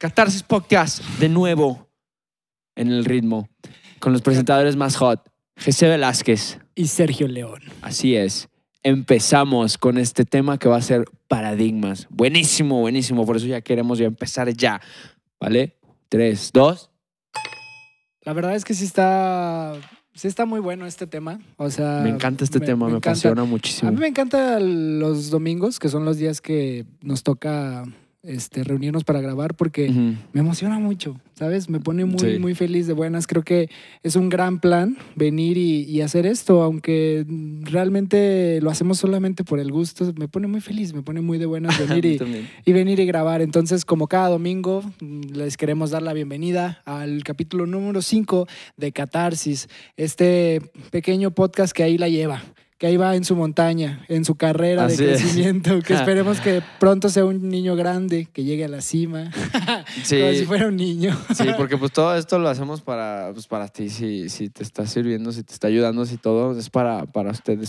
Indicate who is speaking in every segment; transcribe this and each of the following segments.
Speaker 1: Catarsis Podcast, de nuevo en el ritmo, con los presentadores más hot, Jesse Velázquez
Speaker 2: y Sergio León.
Speaker 1: Así es. Empezamos con este tema que va a ser paradigmas. Buenísimo, buenísimo. Por eso ya queremos empezar ya. ¿Vale? 3, 2.
Speaker 2: La verdad es que sí está muy bueno este tema. O sea,
Speaker 1: me encanta este tema, me apasiona muchísimo.
Speaker 2: A mí me encantan los domingos, que son los días que nos toca reunirnos para grabar, porque me emociona mucho, ¿sabes? Me pone muy feliz de buenas. Creo que es un gran plan venir y hacer esto, aunque realmente lo hacemos solamente por el gusto. Me pone muy feliz, me pone muy de buenas venir y venir y grabar. Entonces, como cada domingo, les queremos dar la bienvenida al capítulo número 5 de Catarsis, este pequeño podcast que ahí la lleva. Que ahí va en su montaña, en su carrera de crecimiento, que esperemos que pronto sea un niño grande, que llegue a la cima,
Speaker 1: sí.
Speaker 2: Como si fuera un niño.
Speaker 1: Sí, porque pues todo esto lo hacemos para ti, si te está sirviendo, si te está ayudando, si todo es para ustedes.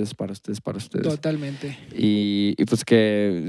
Speaker 2: Totalmente.
Speaker 1: Y pues que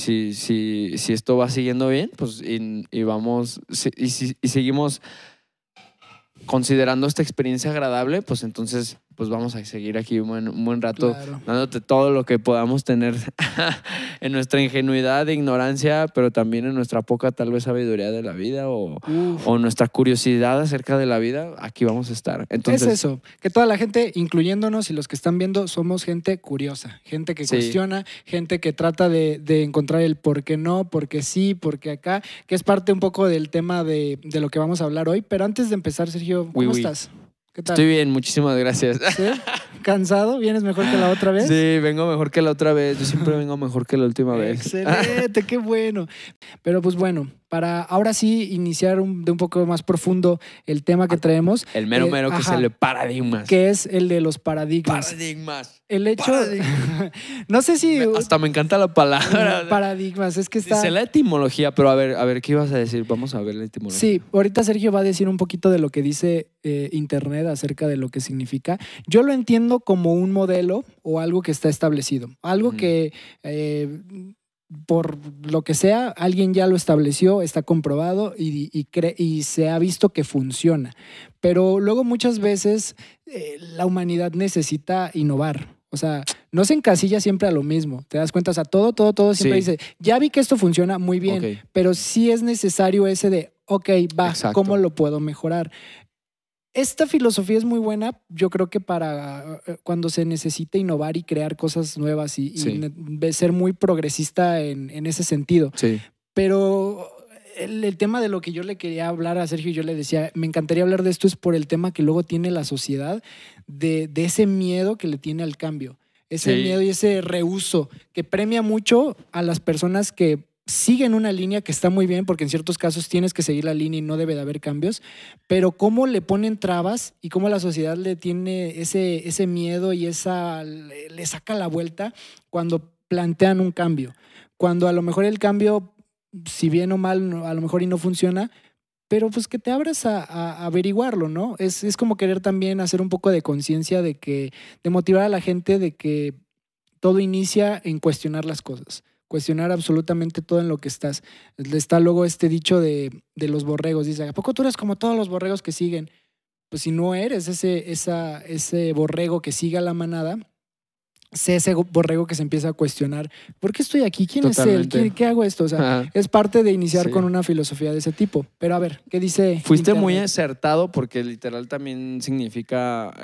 Speaker 1: si esto va siguiendo bien, pues y vamos, y seguimos considerando esta experiencia agradable, pues entonces pues vamos a seguir aquí un buen rato, claro, dándote todo lo que podamos tener en nuestra ingenuidad e ignorancia, pero también en nuestra poca tal vez sabiduría de la vida o nuestra curiosidad acerca de la vida. Aquí vamos a estar. Entonces,
Speaker 2: es eso, que toda la gente, incluyéndonos y los que están viendo, somos gente curiosa, gente que cuestiona, gente que trata de encontrar el por qué no, por qué sí, por qué acá, que es parte un poco del tema de lo que vamos a hablar hoy. Pero antes de empezar, Sergio, ¿cómo estás? ¿Qué tal?
Speaker 1: Estoy bien, muchísimas gracias.
Speaker 2: ¿Sí? ¿Cansado? ¿Vienes mejor que la otra vez?
Speaker 1: Sí, vengo mejor que la otra vez. Yo siempre vengo mejor que la última vez.
Speaker 2: Excelente, qué bueno. Pero pues bueno, para ahora sí iniciar de un poco más profundo el tema que traemos.
Speaker 1: El mero que es el de paradigmas.
Speaker 2: Que es el de los paradigmas.
Speaker 1: Paradigmas.
Speaker 2: El hecho... no sé si...
Speaker 1: Hasta me encanta la palabra.
Speaker 2: Paradigmas, es que está...
Speaker 1: Dice la etimología, pero a ver, ¿qué ibas a decir? Vamos a ver la etimología.
Speaker 2: Sí, ahorita Sergio va a decir un poquito de lo que dice Internet acerca de lo que significa. Yo lo entiendo como un modelo o algo que está establecido. Algo que... por lo que sea, alguien ya lo estableció, está comprobado y se ha visto que funciona. Pero luego muchas veces la humanidad necesita innovar. O sea, no se encasilla siempre a lo mismo. ¿Te das cuenta? O sea, todo siempre dice, ya vi que esto funciona muy bien, pero sí es necesario ese de,
Speaker 1: exacto,
Speaker 2: ¿cómo lo puedo mejorar? Esta filosofía es muy buena, yo creo que para cuando se necesita innovar y crear cosas nuevas y ser muy progresista en ese sentido.
Speaker 1: Sí.
Speaker 2: Pero el tema de lo que yo le quería hablar a Sergio, yo le decía, me encantaría hablar de esto, es por el tema que luego tiene la sociedad de ese miedo que le tiene al cambio. Ese miedo y ese rehúso que premia mucho a las personas que siguen una línea que está muy bien, porque en ciertos casos tienes que seguir la línea y no debe de haber cambios, pero cómo le ponen trabas y cómo la sociedad le tiene ese miedo y le saca la vuelta cuando plantean un cambio. Cuando a lo mejor el cambio, si bien o mal, a lo mejor y no funciona, pero pues que te abras a averiguarlo, ¿no? Es como querer también hacer un poco de conciencia de motivar a la gente de que todo inicia en cuestionar las cosas. Cuestionar absolutamente todo en lo que estás. Está luego este dicho de los borregos. Dice, ¿a poco tú eres como todos los borregos que siguen? Pues si no eres ese borrego que sigue a la manada, sé ese borrego que se empieza a cuestionar. ¿Por qué estoy aquí? ¿Quién Totalmente. Es él? ¿Qué hago esto? O sea, es parte de iniciar con una filosofía de ese tipo. Pero a ver, ¿qué dice?
Speaker 1: Fuiste Internet? Muy acertado porque literal también significa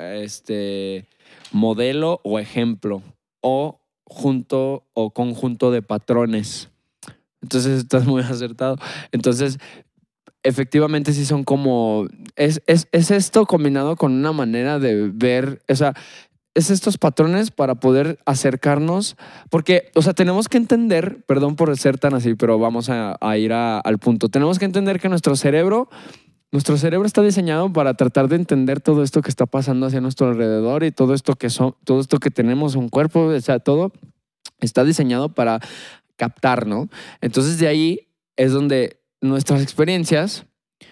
Speaker 1: modelo o ejemplo o junto o conjunto de patrones. Entonces estás muy acertado. Entonces, efectivamente sí son como... Es esto combinado con una manera de ver... O sea, es estos patrones para poder acercarnos. Porque, o sea, tenemos que entender... Perdón por ser tan así, pero vamos a ir al punto. Tenemos que entender que nuestro cerebro está diseñado para tratar de entender todo esto que está pasando hacia nuestro alrededor y todo esto que tenemos, un cuerpo, o sea, todo está diseñado para captar, ¿no? Entonces de ahí es donde nuestras experiencias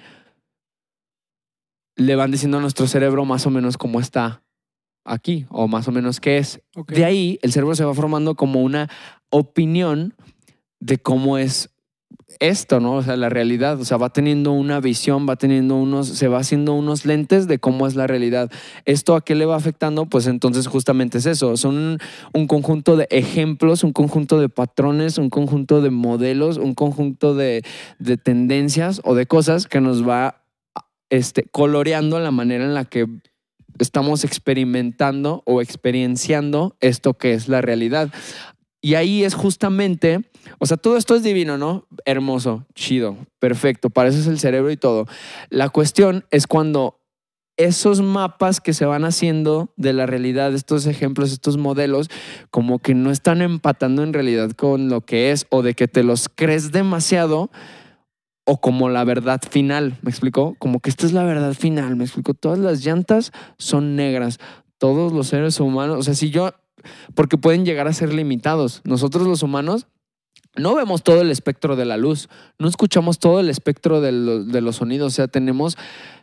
Speaker 1: le van diciendo a nuestro cerebro más o menos cómo está aquí o más o menos qué es. De ahí el cerebro se va formando como una opinión de cómo es esto, ¿no? O sea, la realidad, o sea, va teniendo una visión, se va haciendo unos lentes de cómo es la realidad. ¿Esto a qué le va afectando? Pues entonces justamente es eso, son un conjunto de ejemplos, un conjunto de patrones, un conjunto de modelos, un conjunto de tendencias o de cosas que nos va coloreando la manera en la que estamos experimentando o experienciando esto que es la realidad. Y ahí es justamente, o sea, todo esto es divino, ¿no? Hermoso, chido, perfecto, para eso es el cerebro y todo. La cuestión es cuando esos mapas que se van haciendo de la realidad, estos ejemplos, estos modelos, como que no están empatando en realidad con lo que es, o de que te los crees demasiado, o como la verdad final, ¿me explico? Como que esta es la verdad final, ¿me explico? Todas las llantas son negras, todos los seres humanos, o sea, si yo, porque pueden llegar a ser limitados. Nosotros los humanos no vemos todo el espectro de la luz, no escuchamos todo el espectro de los sonidos, o sea, tenemos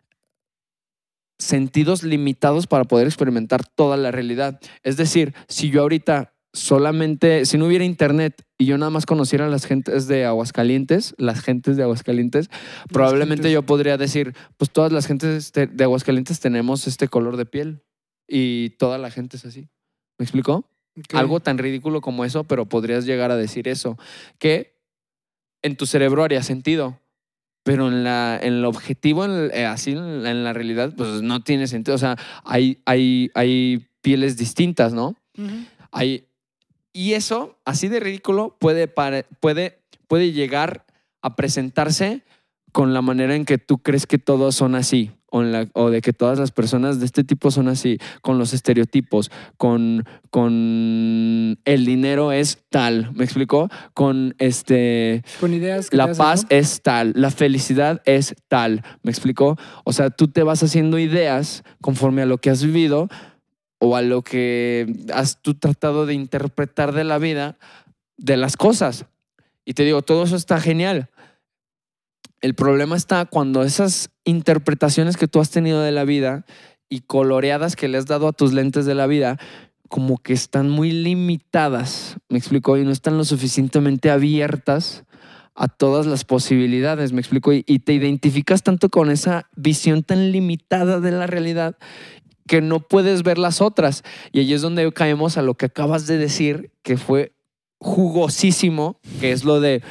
Speaker 1: sentidos limitados para poder experimentar toda la realidad. Es decir, si yo ahorita solamente, si no hubiera internet y yo nada más conociera a las gentes de Aguascalientes, probablemente yo podría decir, pues todas las gentes de Aguascalientes tenemos este color de piel y toda la gente es así. ¿Me explicó?
Speaker 2: Okay.
Speaker 1: Algo tan ridículo como eso, pero podrías llegar a decir eso, que en tu cerebro haría sentido. Pero en el objetivo, así en la realidad, pues no tiene sentido. O sea, hay pieles distintas, ¿no?
Speaker 2: Uh-huh.
Speaker 1: Y eso, así de ridículo, puede llegar a presentarse con la manera en que tú crees que todos son así, o de que todas las personas de este tipo son así, con los estereotipos, con el dinero es tal, ¿me explicó? Con
Speaker 2: ideas que
Speaker 1: la
Speaker 2: haces,
Speaker 1: paz
Speaker 2: ¿no?
Speaker 1: es tal, la felicidad es tal, ¿me explicó? O sea, tú te vas haciendo ideas conforme a lo que has vivido o a lo que has tú tratado de interpretar de la vida, de las cosas. Y te digo, todo eso está genial. El problema está cuando esas interpretaciones que tú has tenido de la vida y coloreadas que le has dado a tus lentes de la vida, como que están muy limitadas, ¿me explico? Y no están lo suficientemente abiertas a todas las posibilidades, ¿me explico? Y te identificas tanto con esa visión tan limitada de la realidad que no puedes ver las otras. Y ahí es donde caemos a lo que acabas de decir, que fue jugosísimo, que es lo de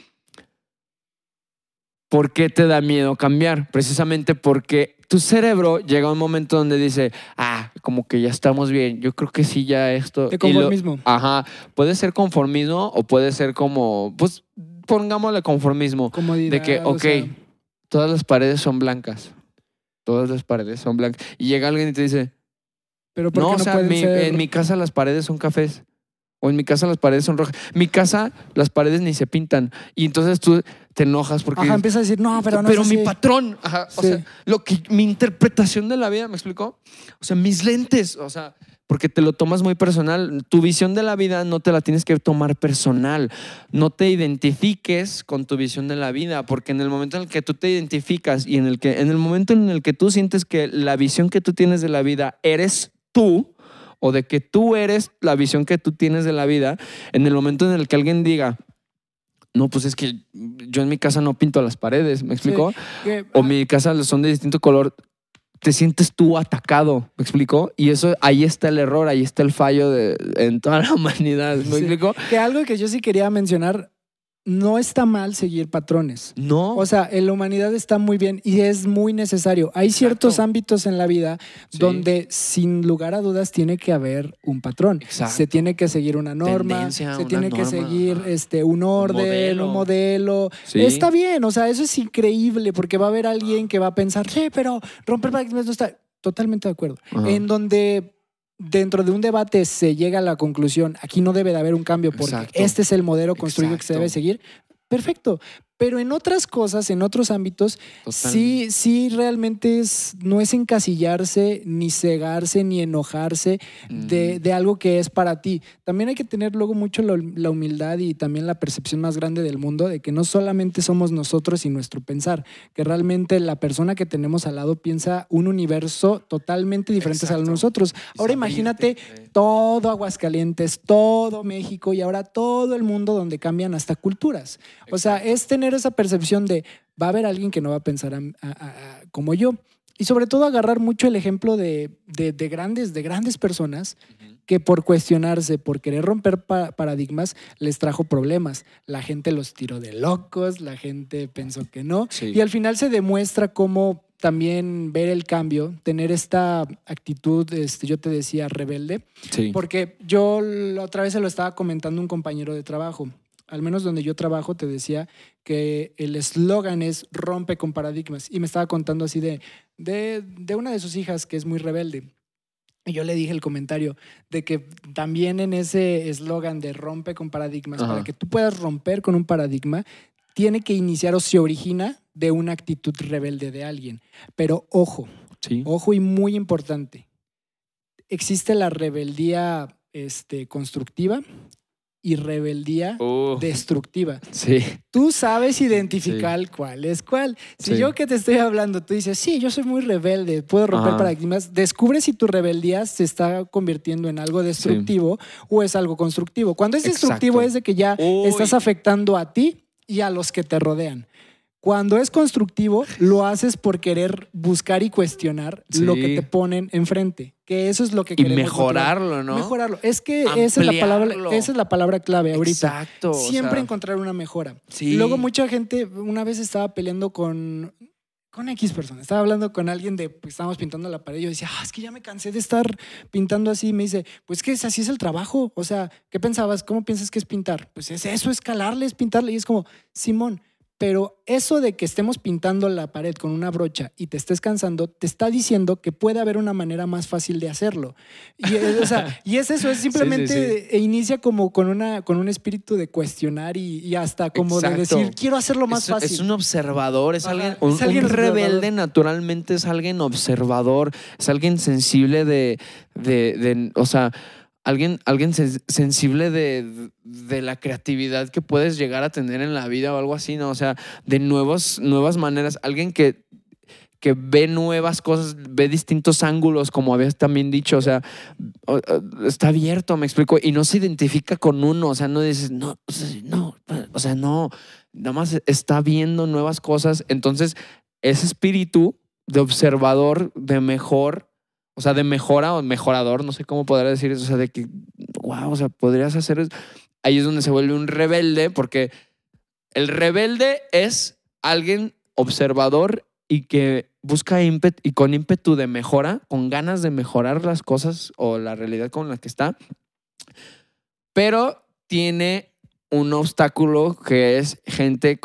Speaker 1: ¿por qué te da miedo cambiar? Precisamente porque tu cerebro llega a un momento donde dice, como que ya estamos bien, yo creo que sí, ya esto.
Speaker 2: De conformismo.
Speaker 1: Puede ser conformismo o puede ser como, pues pongámosle conformismo.
Speaker 2: Comodidad,
Speaker 1: de que, ok, todas las paredes son blancas. Todas las paredes son blancas. Y llega alguien y te dice,
Speaker 2: pero ¿por qué no pueden ser?
Speaker 1: En mi casa las paredes son cafés. O en mi casa las paredes son rojas. Mi casa, las paredes ni se pintan. Y entonces tú te enojas porque...
Speaker 2: empiezas a decir, no, pero no
Speaker 1: pero
Speaker 2: es
Speaker 1: mi
Speaker 2: así.
Speaker 1: patrón.
Speaker 2: Sí.
Speaker 1: O sea, mi interpretación de la vida, ¿me explicó? O sea, mis lentes. O sea, porque te lo tomas muy personal. Tu visión de la vida no te la tienes que tomar personal. No te identifiques con tu visión de la vida, porque en el momento en el que tú te identificas y en el momento en el que tú sientes que la visión que tú tienes de la vida eres tú, o de que tú eres la visión que tú tienes de la vida, en el momento en el que alguien diga, no, pues es que yo en mi casa no pinto las paredes, ¿me explicó?
Speaker 2: Sí.
Speaker 1: O mi casa son de distinto color, te sientes tú atacado, ¿me explicó? Y eso, ahí está el error, ahí está el fallo en toda la humanidad, ¿me explicó?
Speaker 2: Que algo que yo sí quería mencionar, no está mal seguir patrones.
Speaker 1: No.
Speaker 2: O sea, en la humanidad está muy bien y es muy necesario. Hay ciertos ámbitos en la vida donde sin lugar a dudas tiene que haber un patrón.
Speaker 1: Exacto.
Speaker 2: Se tiene que seguir una norma, que seguir un orden, un modelo.
Speaker 1: Sí.
Speaker 2: Está bien, o sea, eso es increíble porque va a haber alguien que va a pensar, pero romper paradigmas no está... Totalmente de acuerdo. En donde... dentro de un debate se llega a la conclusión, aquí no debe de haber un cambio porque este es el modelo construido que se debe seguir, perfecto. Pero en otras cosas, en otros ámbitos, sí realmente no es encasillarse, ni cegarse, ni enojarse de algo que es para ti. También hay que tener luego mucho la humildad y también la percepción más grande del mundo de que no solamente somos nosotros y nuestro pensar, que realmente la persona que tenemos al lado piensa un universo totalmente diferente a nosotros. Ahora imagínate todo Aguascalientes, todo México y ahora todo el mundo donde cambian hasta culturas. O sea, es tener tener esa percepción de va a haber alguien que no va a pensar como yo. Y sobre todo agarrar mucho el ejemplo de grandes personas que por cuestionarse, por querer romper paradigmas, les trajo problemas. La gente los tiró de locos, la gente pensó que no.
Speaker 1: Sí.
Speaker 2: Y al final se demuestra cómo también ver el cambio, tener esta actitud, yo te decía, rebelde.
Speaker 1: Sí.
Speaker 2: Porque yo la otra vez se lo estaba comentando un compañero de trabajo. Al menos donde yo trabajo, te decía que el eslogan es rompe con paradigmas. Y me estaba contando así de una de sus hijas que es muy rebelde. Y yo le dije el comentario de que también en ese eslogan de rompe con paradigmas,
Speaker 1: Ajá.
Speaker 2: para que tú puedas romper con un paradigma, tiene que iniciar o se origina de una actitud rebelde de alguien. Pero ojo,
Speaker 1: Sí.
Speaker 2: ojo y muy importante. Existe la rebeldía constructiva y rebeldía destructiva.
Speaker 1: Sí.
Speaker 2: Tú sabes identificar cuál es cuál. Si
Speaker 1: Sí.
Speaker 2: yo que te estoy hablando, tú dices, sí, yo soy muy rebelde, puedo romper
Speaker 1: Ajá.
Speaker 2: paradigmas, descubre si tu rebeldía se está convirtiendo en algo destructivo o es algo constructivo. Cuando es destructivo
Speaker 1: Exacto.
Speaker 2: es de que ya estás afectando a ti y a los que te rodean. Cuando es constructivo, lo haces por querer buscar y cuestionar lo que te ponen enfrente. Que eso es lo que
Speaker 1: Y
Speaker 2: queremos.
Speaker 1: mejorarlo, ¿no?
Speaker 2: Mejorarlo. Es que esa es la palabra clave ahorita.
Speaker 1: Exacto.
Speaker 2: Siempre encontrar una mejora.
Speaker 1: Sí.
Speaker 2: Y luego mucha gente, una vez estaba peleando con X personas. Estaba hablando con alguien pues estábamos pintando la pared y yo decía, es que ya me cansé de estar pintando así. Y me dice, pues que así es el trabajo. O sea, ¿qué pensabas? ¿Cómo piensas que es pintar? Pues es eso, es calarle, es pintarle. Y es como, Simón, pero eso de que estemos pintando la pared con una brocha y te estés cansando, te está diciendo que puede haber una manera más fácil de hacerlo. Y es eso, es simplemente inicia como con un espíritu de cuestionar y hasta como de decir, quiero hacerlo más fácil.
Speaker 1: Es un observador, es alguien,
Speaker 2: es alguien
Speaker 1: un rebelde
Speaker 2: observador.
Speaker 1: naturalmente es alguien observador, es alguien sensible o sea, alguien sensible de la creatividad que puedes llegar a tener en la vida o algo así, ¿no? O sea, de nuevas maneras. Alguien que ve nuevas cosas, ve distintos ángulos, como habías también dicho. O sea, está abierto, me explico. Y no se identifica con uno. O sea, no dices, no. O sea, no. Nada más está viendo nuevas cosas. Entonces, ese espíritu de observador, de mejor... O sea, de mejora o mejorador, no sé cómo podría decir eso. O sea, de que, wow, o sea, podrías hacer eso. Ahí es donde se vuelve un rebelde, porque el rebelde es alguien observador y que busca ímpetu y con ímpetu de mejora, con ganas de mejorar las cosas o la realidad con la que está, pero tiene un obstáculo que es gente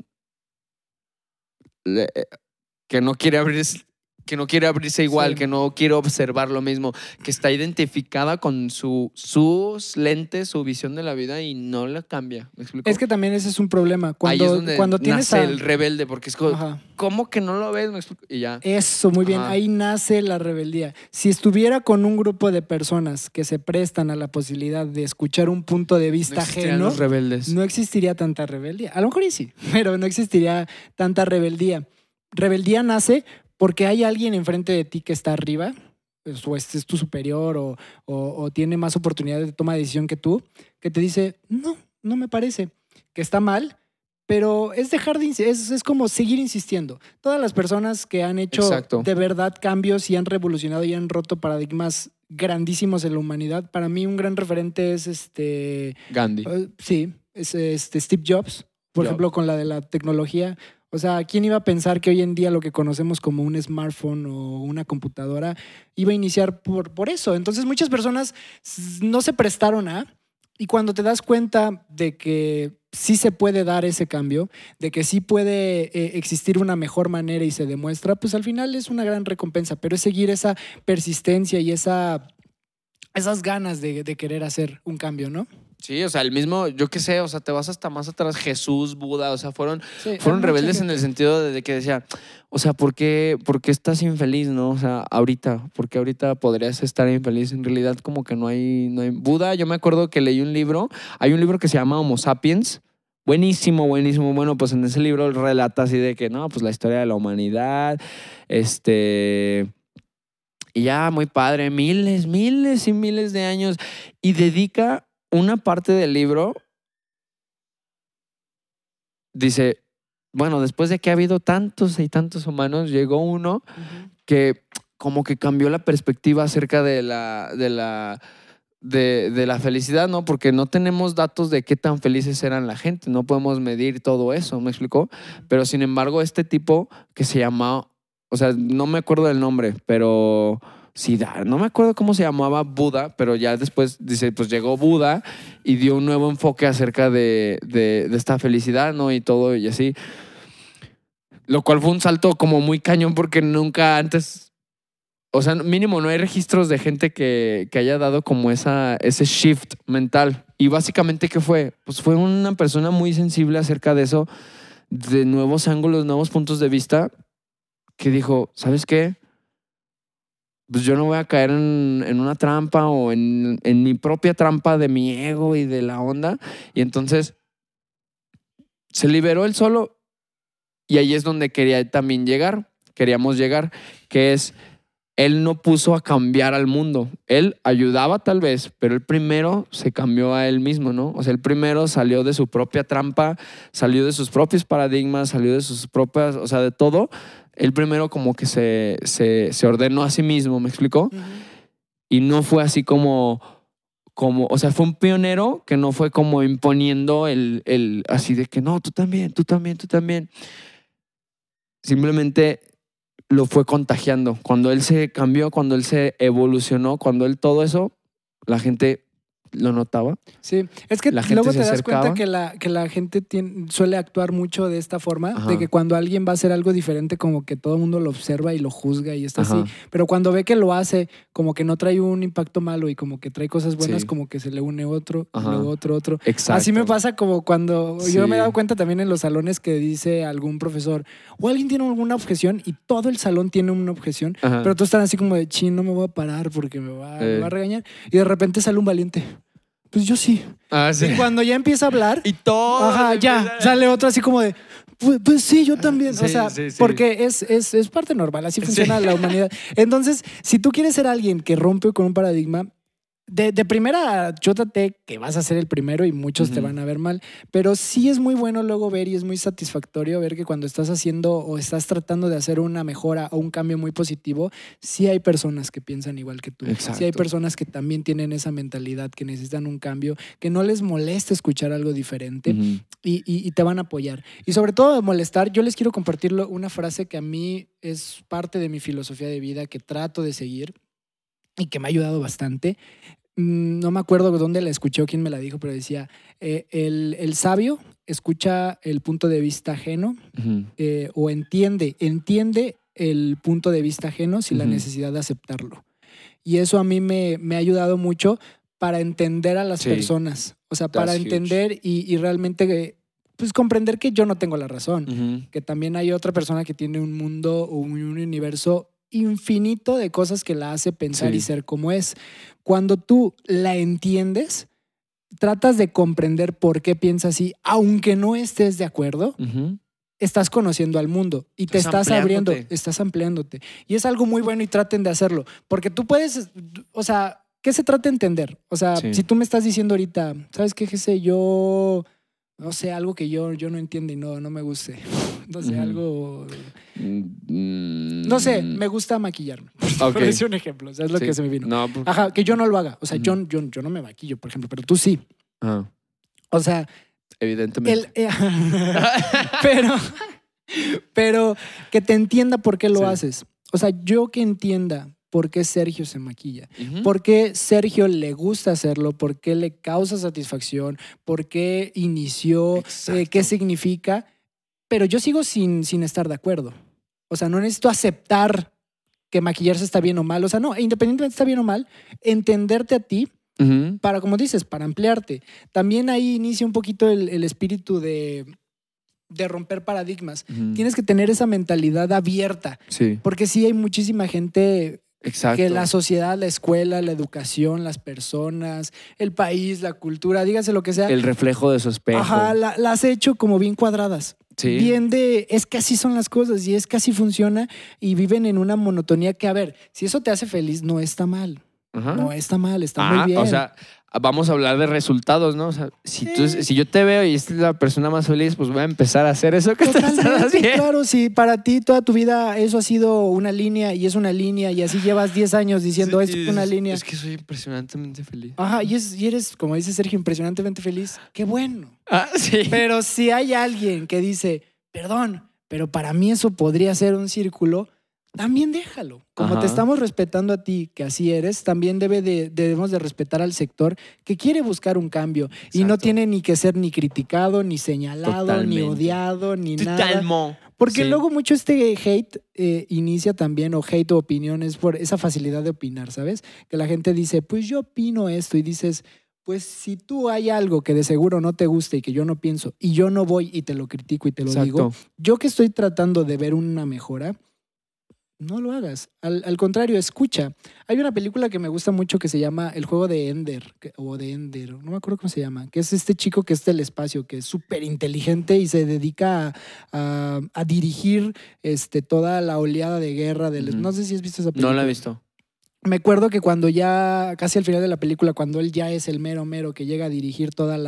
Speaker 1: que no quiere abrirse igual,
Speaker 2: Sí.
Speaker 1: que no quiere observar lo mismo, que está identificada con sus lentes, su visión de la vida y no la cambia. ¿Me explico?
Speaker 2: Es que también ese es un problema.
Speaker 1: Ahí es donde
Speaker 2: cuando tienes
Speaker 1: nace el rebelde, porque es como,
Speaker 2: Ajá.
Speaker 1: ¿cómo que no lo ves? ¿Me explico? Y ya.
Speaker 2: Eso, muy bien.
Speaker 1: Ajá.
Speaker 2: Ahí nace la rebeldía. Si estuviera con un grupo de personas que se prestan a la posibilidad de escuchar un punto de vista
Speaker 1: No existirían
Speaker 2: ajeno,
Speaker 1: los rebeldes.
Speaker 2: no existiría tanta rebeldía. A lo mejor y sí, pero no existiría tanta rebeldía. Rebeldía nace porque hay alguien enfrente de ti que está arriba, o es tu superior, o tiene más oportunidades de toma de decisión que tú, que te dice, no me parece, que está mal, pero es dejar es como seguir insistiendo. Todas las personas que han hecho
Speaker 1: Exacto.
Speaker 2: de verdad cambios y han revolucionado y han roto paradigmas grandísimos en la humanidad, para mí un gran referente es
Speaker 1: Gandhi.
Speaker 2: sí, es Steve Jobs, por ejemplo, con la de la tecnología. O sea, ¿quién iba a pensar que hoy en día lo que conocemos como un smartphone o una computadora iba a iniciar por eso? Entonces muchas personas no se prestaron y cuando te das cuenta de que sí se puede dar ese cambio, de que sí puede existir una mejor manera y se demuestra, pues al final es una gran recompensa, pero es seguir esa persistencia y esas ganas de querer hacer un cambio, ¿no?
Speaker 1: Sí, o sea, el mismo, yo qué sé, o sea, te vas hasta más atrás, Jesús, Buda, o sea, fueron
Speaker 2: mucha
Speaker 1: rebeldes
Speaker 2: gente.
Speaker 1: en el sentido de que decía, o sea, ¿por qué estás infeliz, no? O sea, ahorita, porque ahorita podrías estar infeliz. En realidad, como que no hay. Buda, yo me acuerdo que leí un libro, hay un libro que se llama Homo Sapiens. Buenísimo, buenísimo. Bueno, pues en ese libro relata así de que, no, pues la historia de la humanidad, y ya, muy padre, miles y miles de años. Y dedica una parte del libro, dice, bueno, después de que ha habido tantos y tantos humanos, llegó uno que como que cambió la perspectiva acerca de la felicidad, ¿no? Porque no tenemos datos de qué tan felices eran la gente, no podemos medir todo eso, ¿me explicó? Pero sin embargo, este tipo que se llamaba, o sea, no me acuerdo del nombre, pero no me acuerdo cómo se llamaba Buda, pero ya después dice, pues llegó Buda y dio un nuevo enfoque acerca de esta felicidad, ¿no? Y todo y así. Lo cual fue un salto como muy cañón porque nunca antes, o sea, mínimo no hay registros de gente que haya dado como ese shift mental. Y básicamente, ¿qué fue? Pues fue una persona muy sensible acerca de eso, de nuevos ángulos, nuevos puntos de vista, que dijo, ¿sabes qué? Pues yo no voy a caer en una trampa o en mi propia trampa de mi ego y de la onda. Y entonces se liberó él solo. Y ahí es donde queríamos llegar, que es, él no puso a cambiar al mundo. Él ayudaba tal vez, pero él primero se cambió a él mismo, ¿no? O sea, él primero salió de su propia trampa, salió de sus propios paradigmas, salió de sus propias, o sea, de todo. Él primero como que se ordenó a sí mismo, ¿me explicó? Y no fue así como, o sea, fue un pionero que no fue como imponiendo el así de que no, tú también, tú también, tú también. Simplemente lo fue contagiando. Cuando él se cambió, cuando él se evolucionó, cuando él todo eso, la gente lo notaba.
Speaker 2: Sí, es que
Speaker 1: La gente
Speaker 2: luego
Speaker 1: se
Speaker 2: te das
Speaker 1: acercaba.
Speaker 2: cuenta que la gente suele actuar mucho de esta forma,
Speaker 1: Ajá.
Speaker 2: de que cuando alguien va a hacer algo diferente, como que todo el mundo lo observa y lo juzga y está
Speaker 1: Ajá.
Speaker 2: así. Pero cuando ve que lo hace, como que no trae un impacto malo y como que trae cosas buenas,
Speaker 1: Sí.
Speaker 2: como que se le une otro, y
Speaker 1: Ajá.
Speaker 2: luego otro.
Speaker 1: Exacto.
Speaker 2: Así me pasa como cuando
Speaker 1: Sí.
Speaker 2: yo me he dado cuenta también en los salones que dice algún profesor o alguien tiene alguna objeción y todo el salón tiene una objeción,
Speaker 1: Ajá.
Speaker 2: pero todos están así como de, chin, no me voy a parar porque me va a regañar. Y de repente sale un valiente. Pues yo sí.
Speaker 1: Ah, sí.
Speaker 2: Y cuando ya empieza a hablar,
Speaker 1: Y todo.
Speaker 2: ajá, ya sale otro así como de, pues sí, yo también.
Speaker 1: Sí,
Speaker 2: o sea,
Speaker 1: sí, sí.
Speaker 2: porque es parte normal, así funciona la humanidad. Entonces, si tú quieres ser alguien que rompe con un paradigma, de primera, chútate que vas a ser el primero y muchos te van a ver mal, pero sí es muy bueno luego ver y es muy satisfactorio ver que cuando estás haciendo o estás tratando de hacer una mejora o un cambio muy positivo, sí hay personas que piensan igual que tú.
Speaker 1: Exacto.
Speaker 2: Sí hay personas que también tienen esa mentalidad, que necesitan un cambio, que no les molesta escuchar algo diferente y te van a apoyar. Y sobre todo de molestar, yo les quiero compartir una frase que a mí es parte de mi filosofía de vida, que trato de seguir y que me ha ayudado bastante. No me acuerdo dónde la escuché o quién me la dijo, pero decía, el sabio escucha el punto de vista ajeno o entiende el punto de vista ajeno sin la necesidad de aceptarlo. Y eso a mí me ha ayudado mucho para entender a las personas. O sea, para entender y realmente pues comprender que yo no tengo la razón. Que también hay otra persona que tiene un mundo o un universo infinito de cosas que la hace pensar y ser como es. Cuando tú la entiendes, tratas de comprender por qué piensa así, aunque no estés de acuerdo, estás conociendo al mundo y te estás abriendo, estás ampliándote. Y es algo muy bueno y traten de hacerlo, porque tú puedes, o sea, ¿qué se trata de entender? O sea, si tú me estás diciendo ahorita, ¿sabes qué, Jesse? Yo, no sé, algo que yo no entiendo y no me guste. No sé, algo... No sé, me gusta maquillarme. Por decir un ejemplo, o sea, es lo que se me vino.
Speaker 1: No, pues...
Speaker 2: Ajá, que yo no lo haga. O sea, yo no me maquillo, por ejemplo, pero tú sí. O sea...
Speaker 1: Evidentemente.
Speaker 2: Pero que te entienda por qué lo haces. O sea, yo que entienda por qué Sergio se maquilla, por qué Sergio le gusta hacerlo, por qué le causa satisfacción, por qué inició, qué significa... Pero yo sigo sin estar de acuerdo. O sea, no necesito aceptar que maquillarse está bien o mal. O sea, no, independientemente está bien o mal, entenderte a ti para, como dices, para ampliarte. También ahí inicia un poquito el espíritu de romper paradigmas. Tienes que tener esa mentalidad abierta.
Speaker 1: Sí.
Speaker 2: Porque sí hay muchísima gente...
Speaker 1: Exacto.
Speaker 2: Que la sociedad, la escuela, la educación, las personas, el país, la cultura, dígase lo que sea.
Speaker 1: El reflejo de su espejo.
Speaker 2: Ajá, las he hecho como bien cuadradas.
Speaker 1: Sí.
Speaker 2: Bien es que así son las cosas y es que así funciona y viven en una monotonía que, a ver, si eso te hace feliz, no está mal.
Speaker 1: Ajá.
Speaker 2: No está mal, está muy bien.
Speaker 1: O sea, vamos a hablar de resultados, ¿no? O sea, si yo te veo y esta es la persona más feliz, pues voy a empezar a hacer eso que estás
Speaker 2: Totalmente,
Speaker 1: haciendo.
Speaker 2: claro, si para ti toda tu vida eso ha sido una línea y es una línea y así llevas 10 años diciendo
Speaker 1: Sí,
Speaker 2: es una línea.
Speaker 1: Es que soy impresionantemente feliz.
Speaker 2: Ajá, y eres, como dice Sergio, impresionantemente feliz. Qué bueno.
Speaker 1: Sí.
Speaker 2: Pero si hay alguien que dice, perdón, pero para mí eso podría ser un círculo, también déjalo. Como
Speaker 1: Ajá.
Speaker 2: te estamos respetando a ti, que así eres, también debemos de respetar al sector que quiere buscar un cambio. Y no
Speaker 1: Exacto.
Speaker 2: tiene ni que ser ni criticado, ni señalado,
Speaker 1: Totalmente.
Speaker 2: ni odiado, ni nada.
Speaker 1: Totalmente.
Speaker 2: Porque
Speaker 1: Sí.
Speaker 2: luego mucho este hate inicia también, o hate o opiniones, por esa facilidad de opinar, ¿sabes? Que la gente dice, pues yo opino esto, y dices, pues si tú hay algo que de seguro no te gusta y que yo no pienso, y yo no voy y te lo critico y te lo digo, yo que estoy tratando de ver una mejora, no lo hagas. Al contrario, escucha. Hay una película que me gusta mucho que se llama El juego de Ender, o de Ender, no me acuerdo cómo se llama, que es este chico que es del espacio, que es súper inteligente y se dedica a dirigir toda la oleada de guerra. No sé si has visto esa película.
Speaker 1: No la he visto.
Speaker 2: Me acuerdo que cuando ya, casi al final de la película, cuando él ya es el mero mero que llega a dirigir toda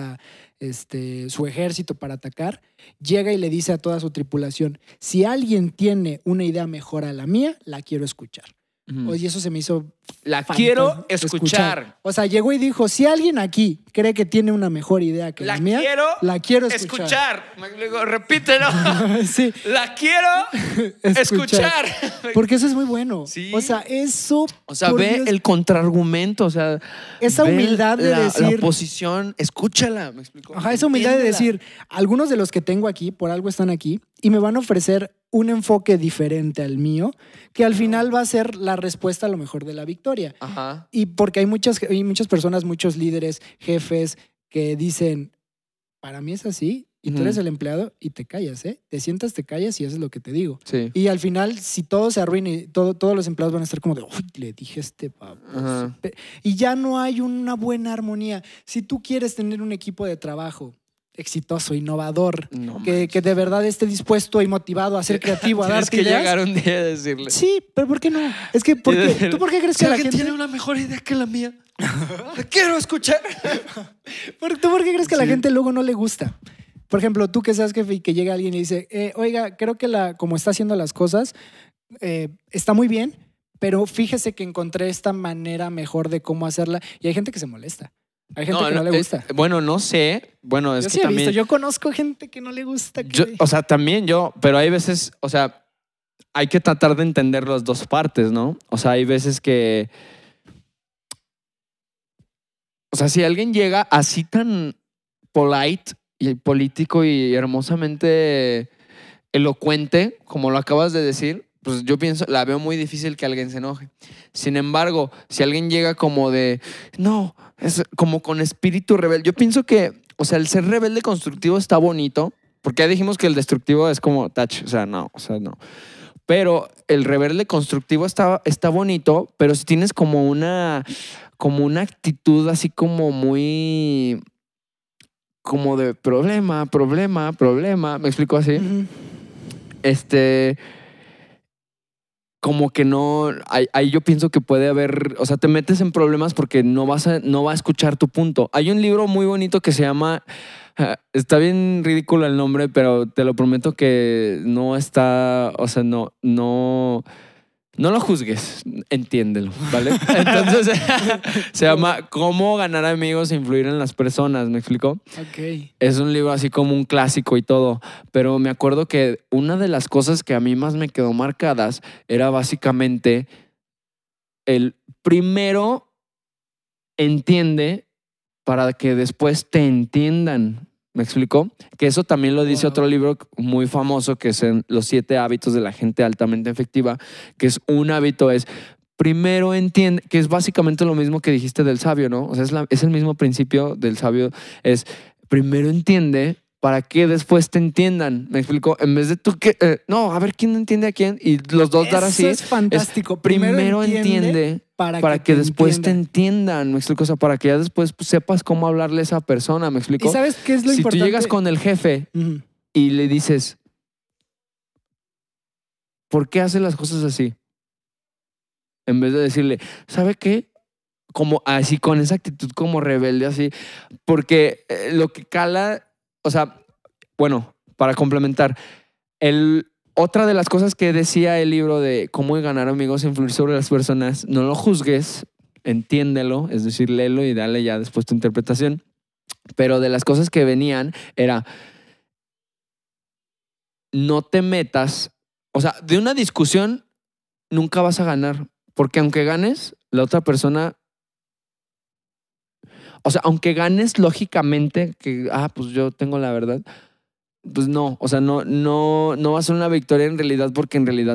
Speaker 2: su ejército para atacar, llega y le dice a toda su tripulación, si alguien tiene una idea mejor a la mía, la quiero escuchar. Oye, eso se me hizo...
Speaker 1: La
Speaker 2: fantástico,
Speaker 1: quiero escuchar.
Speaker 2: O sea, llegó y dijo, si alguien aquí cree que tiene una mejor idea que la mía, la quiero escuchar.
Speaker 1: Repítelo.
Speaker 2: Sí.
Speaker 1: La quiero escuchar.
Speaker 2: Porque eso es muy bueno.
Speaker 1: Sí.
Speaker 2: O sea, eso...
Speaker 1: O sea, ve
Speaker 2: Dios,
Speaker 1: el contraargumento, o sea,
Speaker 2: esa humildad de decir...
Speaker 1: La oposición, escúchala, ¿me explico?
Speaker 2: Ajá, esa humildad de decir, algunos de los que tengo aquí, por algo están aquí, y me van a ofrecer un enfoque diferente al mío, que al final va a ser la respuesta a lo mejor de la victoria.
Speaker 1: Ajá.
Speaker 2: Y porque hay muchas personas, muchos líderes, jefes, que dicen, para mí es así, y tú eres el empleado y te callas, ¿eh? Te sientas, te callas y haces lo que te digo.
Speaker 1: Sí.
Speaker 2: Y al final, si todo se arruina y todos los empleados van a estar como de, uy, le dije baboso. Y ya no hay una buena armonía. Si tú quieres tener un equipo de trabajo exitoso, innovador, que de verdad esté dispuesto y motivado a ser creativo, a darte ideas.
Speaker 1: Tienes que llegar un día a decirle.
Speaker 2: Sí, pero ¿por qué no? Es que, ¿tú por qué crees que la gente
Speaker 1: tiene una mejor idea que la mía? La quiero escuchar.
Speaker 2: ¿Tú por qué crees que a la gente luego no le gusta? Por ejemplo, tú que seas jefe y que llega alguien y dice, oiga, creo que como está haciendo las cosas, está muy bien, pero fíjese que encontré esta manera mejor de cómo hacerla. Y hay gente que se molesta. Hay gente que no le gusta.
Speaker 1: Bueno, no sé. Bueno, es
Speaker 2: yo
Speaker 1: que
Speaker 2: sí he
Speaker 1: también...
Speaker 2: visto. Yo conozco gente que no le gusta.
Speaker 1: O sea, también yo, pero hay veces, o sea, hay que tratar de entender las dos partes, ¿no? O sea, hay veces que... O sea, si alguien llega así tan polite y político y hermosamente elocuente, como lo acabas de decir, pues yo pienso, la veo muy difícil que alguien se enoje. Sin embargo, si alguien llega como de, no, es como con espíritu rebelde, yo pienso que, o sea, el ser rebelde constructivo está bonito, porque ya dijimos que el destructivo es como touch, o sea, no. Pero el rebelde constructivo está bonito, pero si tienes como una actitud así como muy, como de problema, ¿me explico así?
Speaker 2: Uh-huh.
Speaker 1: Como que no, ahí yo pienso que puede haber, o sea, te metes en problemas porque no va a escuchar tu punto. Hay un libro muy bonito que se llama, está bien ridículo el nombre, pero te lo prometo que no está, o sea, no lo juzgues, entiéndelo, ¿vale? Entonces, se llama Cómo ganar amigos e influir en las personas, ¿me explico?
Speaker 2: Ok.
Speaker 1: Es un libro así como un clásico y todo, pero me acuerdo que una de las cosas que a mí más me quedó marcadas era básicamente el primero entiende para que después te entiendan. ¿Me explico? Que eso también lo dice otro libro muy famoso, que es Los 7 hábitos de la gente altamente efectiva, que es un hábito, es primero entiende, que es básicamente lo mismo que dijiste del sabio, ¿no? O sea, es el mismo principio del sabio, es primero entiende para que después te entiendan. ¿Me explico? En vez de tú que, no, a ver quién entiende a quién y los dos dar así.
Speaker 2: Eso es fantástico.
Speaker 1: Primero entiende para que después te entiendan, ¿me explico? O sea, para que ya después sepas cómo hablarle a esa persona, ¿me explico?
Speaker 2: ¿Y sabes qué es lo importante?
Speaker 1: Si tú llegas con el jefe y le dices, ¿por qué hace las cosas así? En vez de decirle, ¿sabe qué? como así, con esa actitud como rebelde, así. Porque lo que cala, o sea, bueno, para complementar, otra de las cosas que decía el libro de cómo ganar amigos e influir sobre las personas, no lo juzgues, entiéndelo, es decir, léelo y dale ya después tu interpretación. Pero de las cosas que venían era, no te metas, o sea, de una discusión nunca vas a ganar, porque aunque ganes, la otra persona, o sea, aunque ganes lógicamente, que, pues yo tengo la verdad, pues no, o sea, no va a ser una victoria en realidad porque en realidad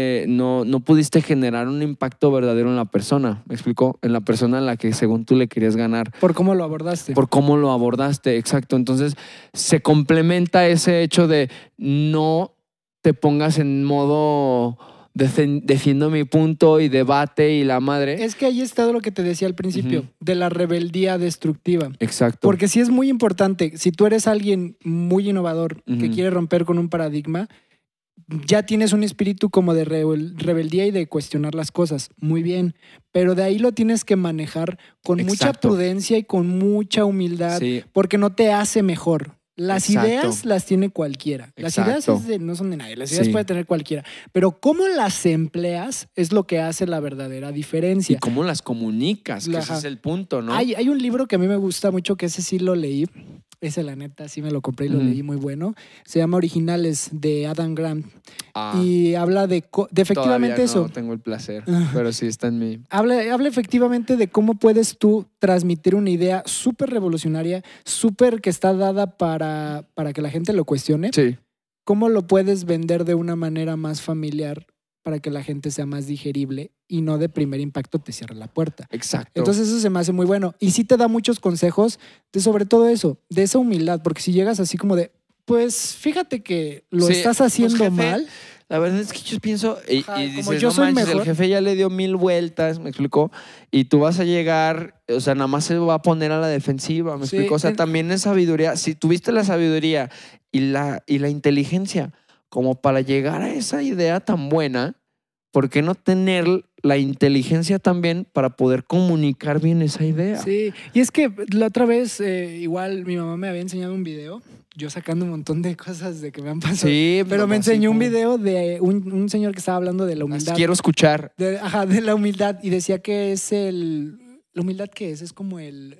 Speaker 1: no pudiste generar un impacto verdadero en la persona, ¿me explico? En la persona a la que según tú le querías ganar.
Speaker 2: Por cómo lo abordaste.
Speaker 1: Por cómo lo abordaste, exacto. Entonces, se complementa ese hecho de no te pongas en modo defiendo mi punto y debate y la madre.
Speaker 2: Es que ahí está lo que te decía al principio, de la rebeldía destructiva.
Speaker 1: Exacto.
Speaker 2: Porque sí es muy importante, si tú eres alguien muy innovador que quiere romper con un paradigma, ya tienes un espíritu como de rebeldía y de cuestionar las cosas. Muy bien. Pero de ahí lo tienes que manejar con mucha prudencia y con mucha humildad, porque no te hace mejor. Las ideas las tiene cualquiera. Las ideas no son de nadie. Las ideas puede tener cualquiera. Pero cómo las empleas es lo que hace la verdadera diferencia.
Speaker 1: Y cómo las comunicas, que ese es el punto, ¿no?
Speaker 2: Hay un libro que a mí me gusta mucho, que ese sí lo leí. Ese, la neta, sí me lo compré y lo leí, muy bueno. Se llama Originales, de Adam Grant. Y habla de efectivamente eso.
Speaker 1: No tengo el placer, pero sí está en mí.
Speaker 2: Habla efectivamente de cómo puedes tú transmitir una idea súper revolucionaria, súper que está dada para que la gente lo cuestione.
Speaker 1: Sí.
Speaker 2: Cómo lo puedes vender de una manera más familiar para que la gente sea más digerible y no de primer impacto te cierre la puerta.
Speaker 1: Exacto.
Speaker 2: Entonces eso se me hace muy bueno. Y sí te da muchos consejos de sobre todo eso, de esa humildad, porque si llegas así como de, pues fíjate que lo estás haciendo pues, jefe, mal.
Speaker 1: La verdad es que yo pienso, y dices, yo soy mejor. El jefe ya le dio 1000 vueltas, me explicó, y tú vas a llegar, o sea, nada más se va a poner a la defensiva, me explicó. O sea, también es sabiduría. Si tuviste la sabiduría y la inteligencia como para llegar a esa idea tan buena, ¿por qué no tener la inteligencia también para poder comunicar bien esa idea?
Speaker 2: Sí, y es que la otra vez, igual mi mamá me había enseñado un video, yo sacando un montón de cosas de que me han pasado. Sí, pero me enseñó un video de un señor que estaba hablando de la humildad.
Speaker 1: Quiero escuchar.
Speaker 2: De la humildad, y decía que es ¿la humildad qué es? Es como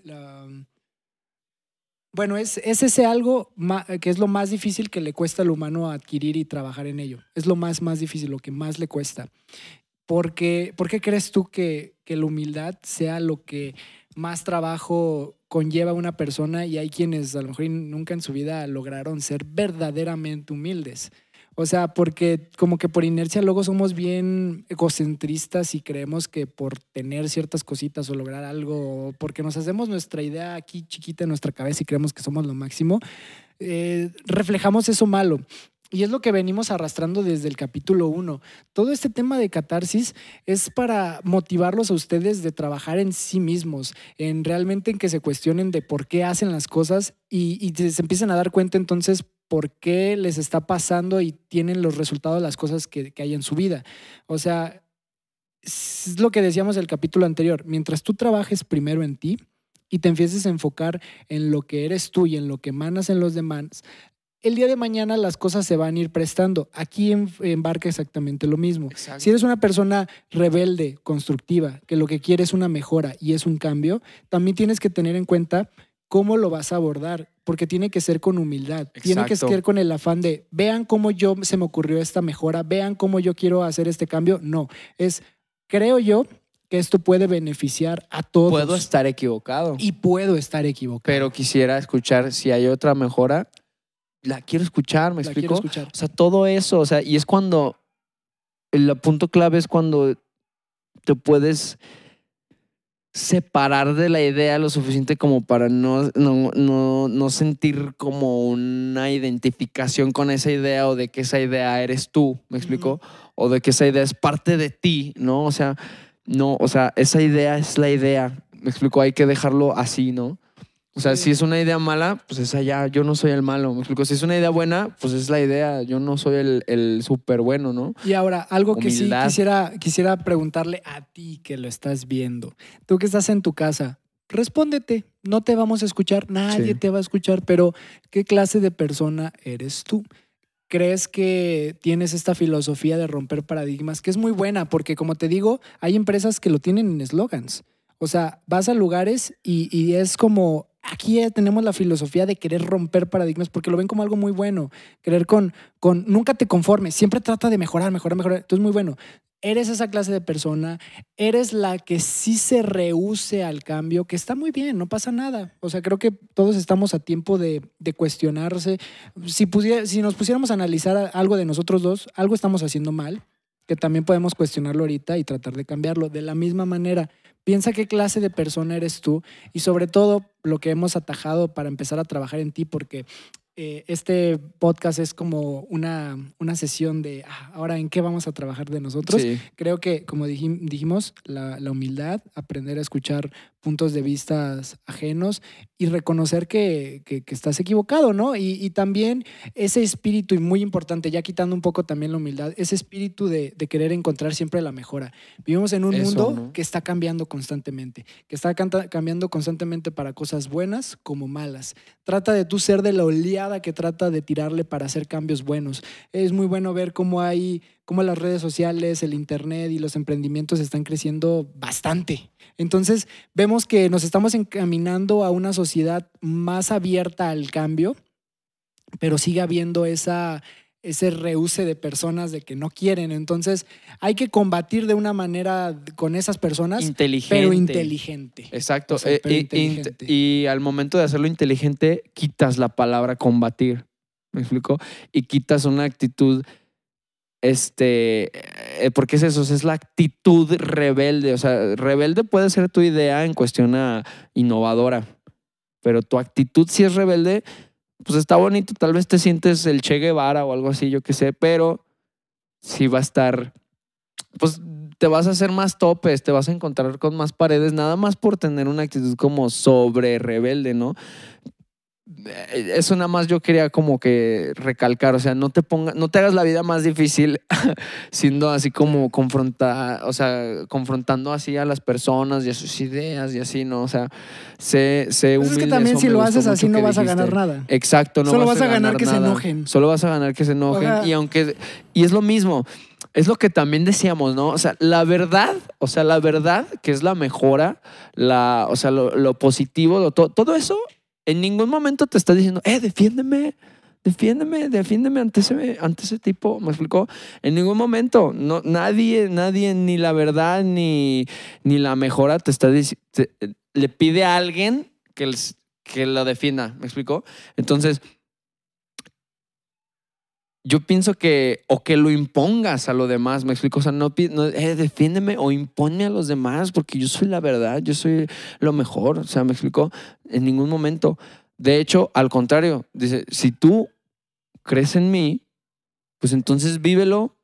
Speaker 2: bueno, es ese algo que es lo más difícil que le cuesta al humano adquirir y trabajar en ello. Es lo más difícil, lo que más le cuesta. ¿Por qué crees tú que la humildad sea lo que más trabajo conlleva a una persona, y hay quienes a lo mejor nunca en su vida lograron ser verdaderamente humildes? O sea, porque como que por inercia luego somos bien egocentristas y creemos que por tener ciertas cositas o lograr algo, o porque nos hacemos nuestra idea aquí chiquita en nuestra cabeza y creemos que somos lo máximo, reflejamos eso malo. Y es lo que venimos arrastrando desde el capítulo 1. Todo este tema de catarsis es para motivarlos a ustedes de trabajar en sí mismos, en realmente en que se cuestionen de por qué hacen las cosas y se empiezan a dar cuenta entonces por qué les está pasando y tienen los resultados de las cosas que hay en su vida. O sea, es lo que decíamos en el capítulo anterior. Mientras tú trabajes primero en ti y te empieces a enfocar en lo que eres tú y en lo que emanas en los demás, el día de mañana las cosas se van a ir prestando. Aquí embarca exactamente lo mismo. Exacto. Si eres una persona rebelde, constructiva, que lo que quiere es una mejora y es un cambio, también tienes que tener en cuenta cómo lo vas a abordar, porque tiene que ser con humildad. Exacto. Tiene que ser con el afán de, vean cómo se me ocurrió esta mejora, vean cómo yo quiero hacer este cambio. No, creo yo que esto puede beneficiar a todos.
Speaker 1: Puedo estar equivocado.
Speaker 2: Y puedo estar equivocado.
Speaker 1: Pero quisiera escuchar si hay otra mejora. La quiero escuchar, ¿me explico?
Speaker 2: Quiero escuchar.
Speaker 1: O sea, todo eso, o sea, y es cuando, el punto clave es cuando te puedes separar de la idea lo suficiente como para no sentir como una identificación con esa idea, o de que esa idea eres tú, ¿me explico? O de que esa idea es parte de ti, ¿no? O sea, esa idea es la idea, ¿me explico? Hay que dejarlo así, ¿no? O sea,
Speaker 2: Sí.
Speaker 1: si es una idea mala, pues esa ya, yo no soy el malo. ¿Me explico? Si es una idea buena, pues es la idea. Yo no soy el súper bueno, ¿no?
Speaker 2: Y ahora, algo que sí
Speaker 1: Humildad.
Speaker 2: quisiera preguntarle a ti que lo estás viendo. Tú que estás en tu casa, respóndete. No te vamos a escuchar, nadie
Speaker 1: Sí.
Speaker 2: te va a escuchar, pero ¿qué clase de persona eres tú? ¿Crees que tienes esta filosofía de romper paradigmas? Que es muy buena, porque como te digo, hay empresas que lo tienen en eslogans. O sea, vas a lugares y es como, aquí tenemos la filosofía de querer romper paradigmas porque lo ven como algo muy bueno. Querer nunca te conformes, siempre trata de mejorar, mejorar, mejorar. Entonces, muy bueno. Eres esa clase de persona, eres la que sí se rehúse al cambio, que está muy bien, no pasa nada. O sea, creo que todos estamos a tiempo de cuestionarse. Si nos pusiéramos a analizar algo de nosotros dos, algo estamos haciendo mal, que también podemos cuestionarlo ahorita y tratar de cambiarlo. De la misma manera, piensa qué clase de persona eres tú y sobre todo lo que hemos atajado para empezar a trabajar en ti, porque este podcast es como una sesión de ahora en qué vamos a trabajar de nosotros.
Speaker 1: Sí.
Speaker 2: Creo que, como dijimos, la humildad, aprender a escuchar puntos de vista ajenos y reconocer que estás equivocado, ¿no? Y también ese espíritu, y muy importante, ya quitando un poco también la humildad, ese espíritu de querer encontrar siempre la mejora. Vivimos en un
Speaker 1: Eso,
Speaker 2: mundo
Speaker 1: ¿no?
Speaker 2: que está cambiando constantemente, que está cambiando constantemente para cosas buenas como malas. Trata de tú ser de la oleada que trata de tirarle para hacer cambios buenos. Es muy bueno ver cómo las redes sociales, el internet y los emprendimientos están creciendo bastante. Entonces, vemos que nos estamos encaminando a una sociedad más abierta al cambio, pero sigue habiendo ese rehúse de personas de que no quieren. Entonces, hay que combatir de una manera con esas personas,
Speaker 1: Inteligente.
Speaker 2: pero inteligente.
Speaker 1: Exacto.
Speaker 2: O sea, pero inteligente.
Speaker 1: Y al momento de hacerlo inteligente, quitas la palabra combatir. ¿Me explico? Y quitas una actitud, porque es eso, es la actitud rebelde. O sea, rebelde puede ser tu idea en cuestión innovadora, pero tu actitud si es rebelde, pues está bonito. Tal vez te sientes el Che Guevara o algo así, yo qué sé, pero sí va a estar, pues te vas a hacer más topes, te vas a encontrar con más paredes, nada más por tener una actitud como sobre rebelde, ¿no? Eso nada más yo quería como que recalcar, o sea, no te hagas la vida más difícil siendo así como confrontando así a las personas y a sus ideas y así, ¿no? O sea, sé humilde.
Speaker 2: Pues es que también
Speaker 1: eso
Speaker 2: si
Speaker 1: me
Speaker 2: lo
Speaker 1: gustó
Speaker 2: haces así
Speaker 1: mucho
Speaker 2: no
Speaker 1: que
Speaker 2: vas a
Speaker 1: dijiste.
Speaker 2: ganar nada.
Speaker 1: Exacto, no
Speaker 2: Solo
Speaker 1: vas a ganar
Speaker 2: que se
Speaker 1: nada.
Speaker 2: enojen.
Speaker 1: Solo vas a ganar que se enojen.
Speaker 2: Ajá.
Speaker 1: Y es lo mismo. Es lo que también decíamos, ¿no? O sea, la verdad que es la mejora, lo positivo, todo eso, en ningún momento te está diciendo, defiéndeme ante ese tipo, ¿me explicó? En ningún momento, no, nadie, ni la verdad, ni la mejora te está le pide a alguien que lo defienda, ¿me explicó? Entonces, yo pienso que lo impongas a lo demás, ¿me explico? O sea, no defiéndeme o imponme a los demás porque yo soy la verdad, yo soy lo mejor, o sea, ¿me explico? En ningún momento. De hecho, al contrario, dice, si tú crees en mí, pues entonces vívelo,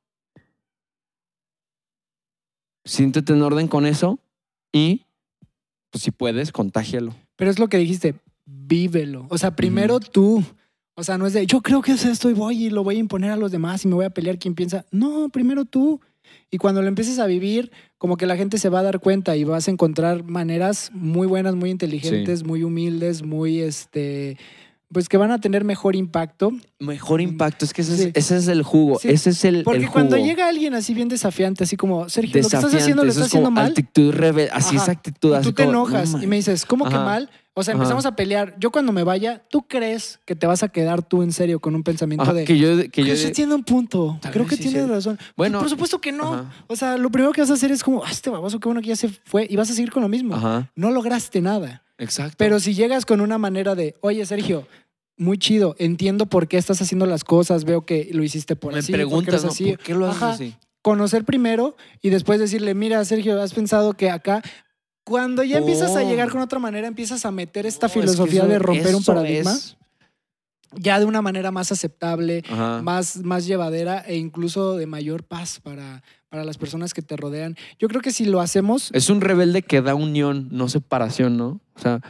Speaker 1: siéntete en orden con eso y, pues si puedes, contágialo.
Speaker 2: Pero es lo que dijiste, vívelo. O sea, primero tú. O sea, no es de, yo creo que es esto y lo voy a imponer a los demás y me voy a pelear quien piensa. No, primero tú. Y cuando lo empieces a vivir, como que la gente se va a dar cuenta y vas a encontrar maneras muy buenas, muy inteligentes, muy humildes, muy, pues que van a tener mejor impacto.
Speaker 1: Mejor impacto, es que ese es el jugo,
Speaker 2: Sí.
Speaker 1: Ese es el
Speaker 2: Porque
Speaker 1: jugo.
Speaker 2: cuando llega alguien así bien desafiante, así como, Sergio, lo que estás haciendo lo estás haciendo mal.
Speaker 1: Actitud rebelde, así es actitud.
Speaker 2: Y
Speaker 1: así
Speaker 2: tú te
Speaker 1: como,
Speaker 2: enojas
Speaker 1: no,
Speaker 2: y me dices, ¿cómo que
Speaker 1: Ajá.
Speaker 2: mal? O sea, empezamos a pelear. Yo cuando me vaya, ¿tú crees que te vas a quedar tú en serio con un pensamiento de... Que usted tiene un punto. Creo que tiene razón.
Speaker 1: Bueno,
Speaker 2: por supuesto que no.
Speaker 1: Ajá.
Speaker 2: O sea, lo primero que vas a hacer es como, este baboso, qué bueno que ya se fue. Y vas a seguir con lo mismo.
Speaker 1: Ajá.
Speaker 2: No lograste nada.
Speaker 1: Exacto.
Speaker 2: Pero si llegas con una manera de, oye, Sergio, muy chido, entiendo por qué estás haciendo las cosas, veo que lo hiciste por así.
Speaker 1: Me preguntas, ¿no?
Speaker 2: así.
Speaker 1: ¿Por qué lo haces
Speaker 2: Ajá.
Speaker 1: así?
Speaker 2: Conocer primero y después decirle, mira, Sergio, has pensado que acá... Cuando ya empiezas a llegar con otra manera, empiezas a meter esta filosofía de romper un paradigma, ya de una manera más aceptable, más llevadera e incluso de mayor paz para las personas que te rodean. Yo creo que si lo hacemos...
Speaker 1: Es un rebelde que da unión, no separación, ¿no? O sea,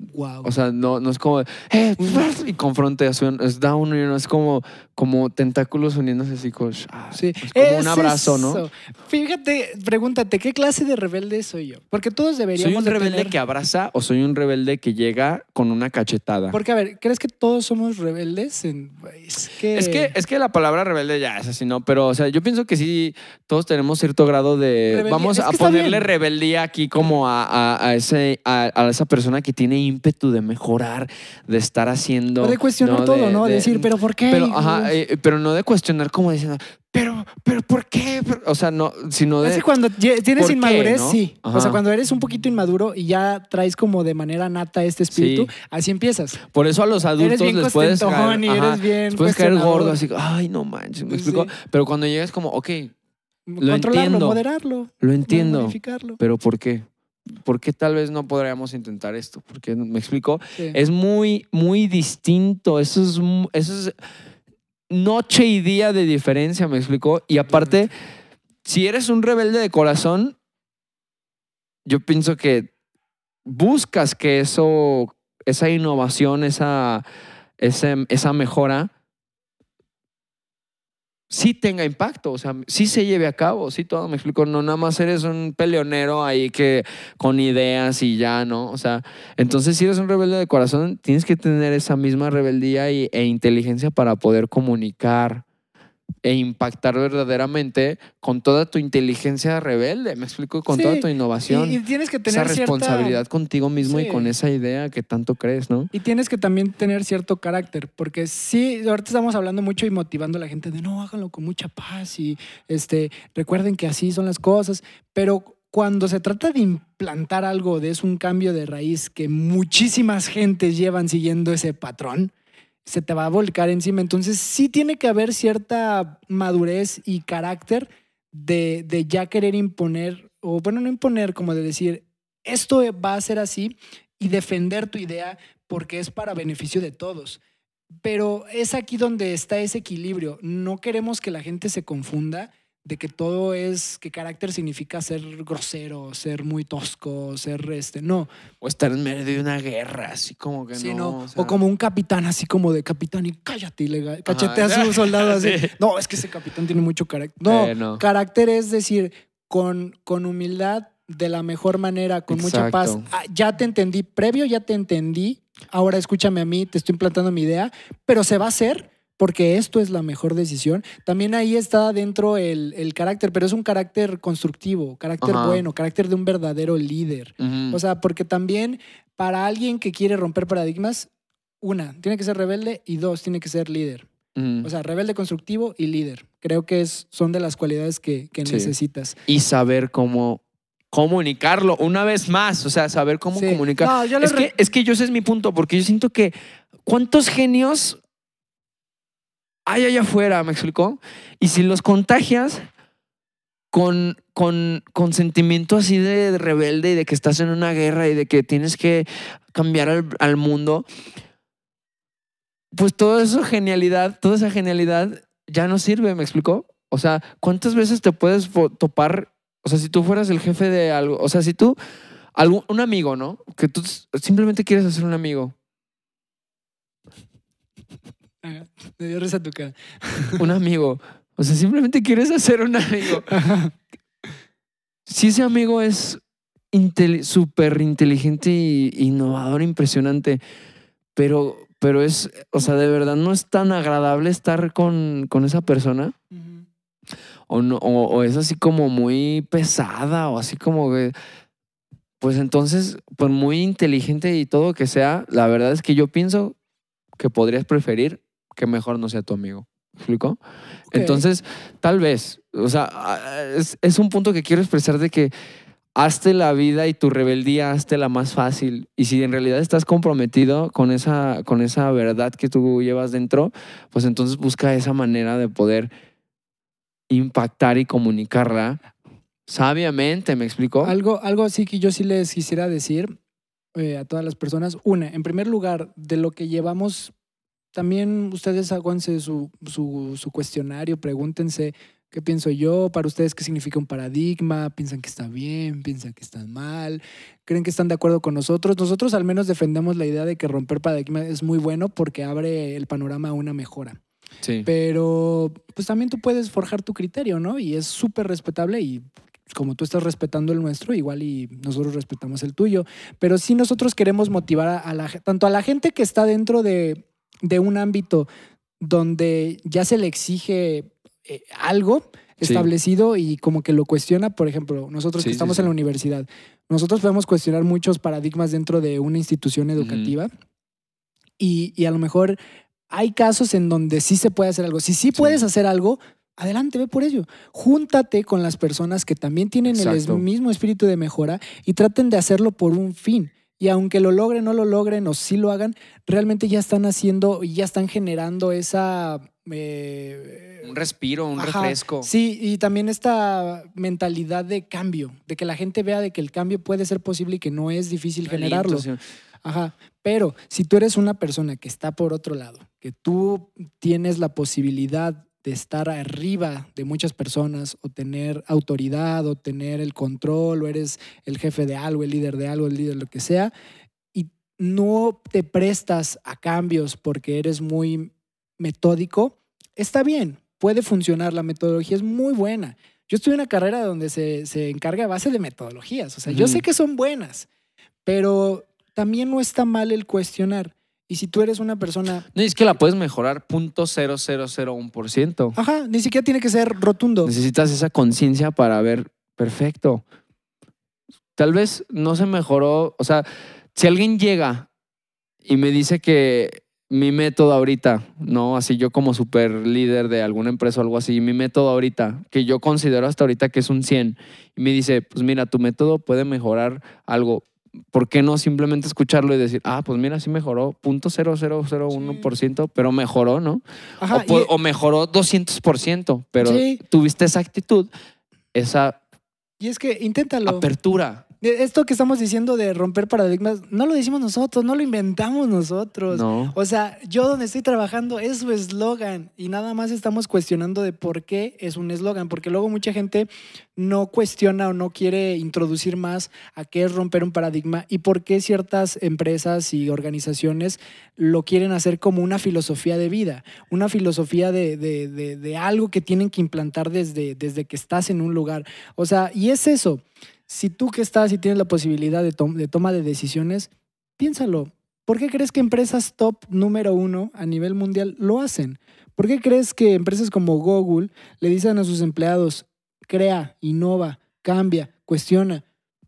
Speaker 2: Wow.
Speaker 1: O sea, no es como, y confrontación, es down, no es como tentáculos uniéndose así,
Speaker 2: Sí,
Speaker 1: es como un abrazo,
Speaker 2: eso.
Speaker 1: ¿no?
Speaker 2: Fíjate, pregúntate, ¿qué clase de rebelde soy yo? Porque todos
Speaker 1: ¿Soy
Speaker 2: deberíamos
Speaker 1: un
Speaker 2: de
Speaker 1: rebelde
Speaker 2: tener...
Speaker 1: que abraza o soy un rebelde que llega con una cachetada?
Speaker 2: Porque, a ver, ¿crees que todos somos rebeldes?
Speaker 1: Es que la palabra rebelde ya es así, ¿no? Pero, o sea, yo pienso que sí, todos tenemos cierto grado de...
Speaker 2: Rebeldía.
Speaker 1: Vamos
Speaker 2: Es
Speaker 1: a
Speaker 2: que está
Speaker 1: ponerle
Speaker 2: bien.
Speaker 1: rebeldía aquí como a esa persona que tiene ímpetu de mejorar, de estar haciendo...
Speaker 2: O de cuestionar
Speaker 1: ¿no?
Speaker 2: todo, ¿no? Decir, ¿pero por qué?
Speaker 1: Pero, ajá, pero no de cuestionar como diciendo, pero ¿por qué? O sea, no, sino
Speaker 2: Es
Speaker 1: de...
Speaker 2: que cuando tienes
Speaker 1: ¿por qué,
Speaker 2: inmadurez,
Speaker 1: no?
Speaker 2: sí.
Speaker 1: Ajá.
Speaker 2: O sea, cuando eres un poquito inmaduro y ya traes como de manera nata este espíritu,
Speaker 1: Sí.
Speaker 2: así empiezas.
Speaker 1: Por eso a los adultos
Speaker 2: bien
Speaker 1: les puedes caer,
Speaker 2: costentón y eres bien
Speaker 1: les puedes caer
Speaker 2: cuestionador.
Speaker 1: gordo, así, ay, no manches, ¿me explico?
Speaker 2: Sí.
Speaker 1: Pero cuando llegas como, ok, lo
Speaker 2: Controlarlo,
Speaker 1: entiendo,
Speaker 2: moderarlo.
Speaker 1: lo entiendo,
Speaker 2: Modificarlo.
Speaker 1: pero ¿por qué? ¿Por qué tal vez no podríamos intentar esto? Porque, ¿me explico?
Speaker 2: Sí.
Speaker 1: Es muy, muy distinto. Eso es noche y día de diferencia, ¿me explico? Y aparte, si eres un rebelde de corazón, yo pienso que buscas que esa innovación, esa mejora, sí tenga impacto, o sea, sí se lleve a cabo, sí todo, me explico, no nada más eres un peleonero ahí que con ideas y ya, ¿no? O sea, entonces si eres un rebelde de corazón, tienes que tener esa misma rebeldía e inteligencia para poder comunicar e impactar verdaderamente con toda tu inteligencia rebelde, me explico, con
Speaker 2: Sí,
Speaker 1: toda tu innovación.
Speaker 2: Y tienes que tener
Speaker 1: esa responsabilidad contigo mismo y
Speaker 2: Sí.
Speaker 1: con esa idea que tanto crees, ¿no?
Speaker 2: Y tienes que también tener cierto carácter, porque sí, ahorita estamos hablando mucho y motivando a la gente de no, háganlo con mucha paz y recuerden que así son las cosas, pero cuando se trata de implantar algo, es un cambio de raíz que muchísimas gentes llevan siguiendo ese patrón, se te va a volcar encima. Entonces sí tiene que haber cierta madurez y carácter de ya querer imponer, o bueno, no imponer, como de decir, esto va a ser así y defender tu idea porque es para beneficio de todos. Pero es aquí donde está ese equilibrio. No queremos que la gente se confunda de que todo es, que carácter significa ser grosero, ser muy tosco, ser no.
Speaker 1: O estar en medio de una guerra, así como que
Speaker 2: Sí,
Speaker 1: no.
Speaker 2: no.
Speaker 1: O sea,
Speaker 2: O como un capitán, así como de capitán y cállate y le cachetea a su soldado así.
Speaker 1: Sí.
Speaker 2: No, es que ese capitán tiene mucho carácter. No,
Speaker 1: no.
Speaker 2: carácter es decir, con humildad, de la mejor manera, con mucha paz.
Speaker 1: Exacto.
Speaker 2: Ah, ya te entendí, previo ya te entendí, ahora escúchame a mí, te estoy implantando mi idea, pero se va a hacer porque esto es la mejor decisión. También ahí está dentro el carácter, pero es un carácter constructivo, carácter
Speaker 1: Ajá.
Speaker 2: bueno, carácter de un verdadero líder.
Speaker 1: Ujú.
Speaker 2: O sea, porque también para alguien que quiere romper paradigmas, una, tiene que ser rebelde y dos, tiene que ser líder.
Speaker 1: Ujú.
Speaker 2: O sea, rebelde constructivo y líder. Creo que son de las cualidades que
Speaker 1: Sí.
Speaker 2: necesitas.
Speaker 1: Y saber cómo comunicarlo una vez más, o sea, saber cómo
Speaker 2: Sí.
Speaker 1: comunicar.
Speaker 2: No, yo
Speaker 1: Es que yo ese es mi punto, porque yo siento que ¿cuántos genios hay allá afuera? ¿Me explicó? Y si los contagias con sentimiento así de rebelde y de que estás en una guerra y de que tienes que cambiar al mundo, pues toda esa genialidad ya no sirve, ¿me explicó? O sea, ¿cuántas veces te puedes topar? O sea, si tú fueras el jefe de algo, o sea, si tú, un amigo, ¿no? Que tú simplemente quieres hacer un amigo.
Speaker 2: Ajá, me dio risa tu cara.
Speaker 1: Un amigo. O sea, simplemente quieres hacer un amigo. Si ese amigo es súper inteligente e innovador, impresionante, pero es, o sea, de verdad no es tan agradable estar con esa persona.
Speaker 2: Ujú.
Speaker 1: O, no, o es así como muy pesada o así como que, pues entonces, por muy inteligente y todo que sea, la verdad es que yo pienso que podrías preferir que mejor no sea tu amigo. ¿Me explico?
Speaker 2: Ok.
Speaker 1: Entonces, tal vez, o sea, es un punto que quiero expresar de que hazte la vida y tu rebeldía, hazte la más fácil. Y si en realidad estás comprometido con esa verdad que tú llevas dentro, pues entonces busca esa manera de poder impactar y comunicarla sabiamente, ¿me explico?
Speaker 2: Algo así que yo sí les quisiera decir a todas las personas. Una, en primer lugar, de lo que llevamos, también ustedes háganse su cuestionario, pregúntense ¿Qué pienso yo? Para ustedes, ¿qué significa un paradigma? ¿Piensan que está bien? ¿Piensan que está mal? ¿Creen que están de acuerdo con nosotros? Nosotros al menos defendemos la idea de que romper paradigmas es muy bueno porque abre el panorama a una mejora.
Speaker 1: Sí.
Speaker 2: Pero pues también tú puedes forjar tu criterio, ¿no? Y es súper respetable y como tú estás respetando el nuestro, igual y nosotros respetamos el tuyo. Pero sí nosotros queremos motivar tanto a la gente que está dentro de un ámbito donde ya se le exige algo establecido y como que lo cuestiona. Por ejemplo, nosotros que estamos en la universidad, nosotros podemos cuestionar muchos paradigmas dentro de una institución educativa y a lo mejor hay casos en donde sí se puede hacer algo. Si sí puedes hacer algo, adelante, ve por ello. Júntate con las personas que también tienen el mismo espíritu de mejora y traten de hacerlo por un fin. Y aunque lo logren, no lo logren o sí lo hagan, realmente ya están haciendo y ya están generando esa...
Speaker 1: un respiro, un refresco.
Speaker 2: Sí, y también esta mentalidad de cambio, de que la gente vea de que el cambio puede ser posible y que no es difícil generarlo. Ajá. Pero si tú eres una persona que está por otro lado, que tú tienes la posibilidad de estar arriba de muchas personas o tener autoridad o tener el control o eres el jefe de algo, el líder de algo, el líder de lo que sea, y no te prestas a cambios porque eres muy metódico, está bien, puede funcionar, la metodología es muy buena. Yo estuve en una carrera donde se encarga a base de metodologías, o sea, yo sé que son buenas, pero también no está mal el cuestionar. Y si tú eres una persona...
Speaker 1: No, es que la puedes mejorar 0.0001%.
Speaker 2: Ajá, ni siquiera tiene que ser rotundo.
Speaker 1: Necesitas esa conciencia para ver, perfecto. Tal vez no se mejoró. O sea, si alguien llega y me dice que mi método ahorita, ¿no? Así yo como super líder de alguna empresa o algo así, mi método ahorita, que yo considero hasta ahorita que es un 100, y me dice, pues mira, tu método puede mejorar algo. ¿Por qué no simplemente escucharlo y decir, pues mira, sí mejoró 0.0001%, pero mejoró, ¿no?
Speaker 2: Ajá,
Speaker 1: o mejoró 200%, pero tuviste esa actitud, esa
Speaker 2: y es que inténtalo.
Speaker 1: Apertura.
Speaker 2: Esto que estamos diciendo de romper paradigmas, no lo decimos nosotros, no lo inventamos nosotros.
Speaker 1: No.
Speaker 2: O sea, yo donde estoy trabajando es su eslogan y nada más estamos cuestionando de por qué es un eslogan, porque luego mucha gente no cuestiona o no quiere introducir más a qué es romper un paradigma y por qué ciertas empresas y organizaciones lo quieren hacer como una filosofía de vida, una filosofía de algo que tienen que implantar desde que estás en un lugar. O sea, y es eso. Si tú que estás y tienes la posibilidad de toma de decisiones, piénsalo. ¿Por qué crees que empresas top número 1 a nivel mundial lo hacen? ¿Por qué crees que empresas como Google le dicen a sus empleados, crea, innova, cambia, cuestiona?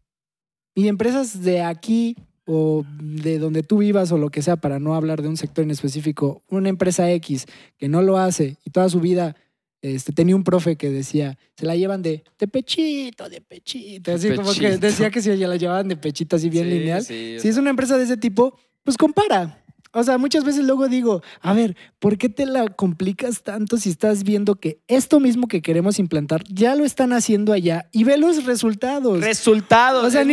Speaker 2: Y empresas de aquí o de donde tú vivas o lo que sea, para no hablar de un sector en específico, una empresa X que no lo hace y toda su vida... tenía un profe que decía, se la llevan de pechito, de pechito. Así como que decía que se la llevaban de pechito así bien lineal. Si es una empresa de ese tipo, pues compara. O sea, muchas veces luego digo, a ver, ¿por qué te la complicas tanto si estás viendo que esto mismo que queremos implantar ya lo están haciendo allá y ve los resultados?
Speaker 1: Resultados. O sea,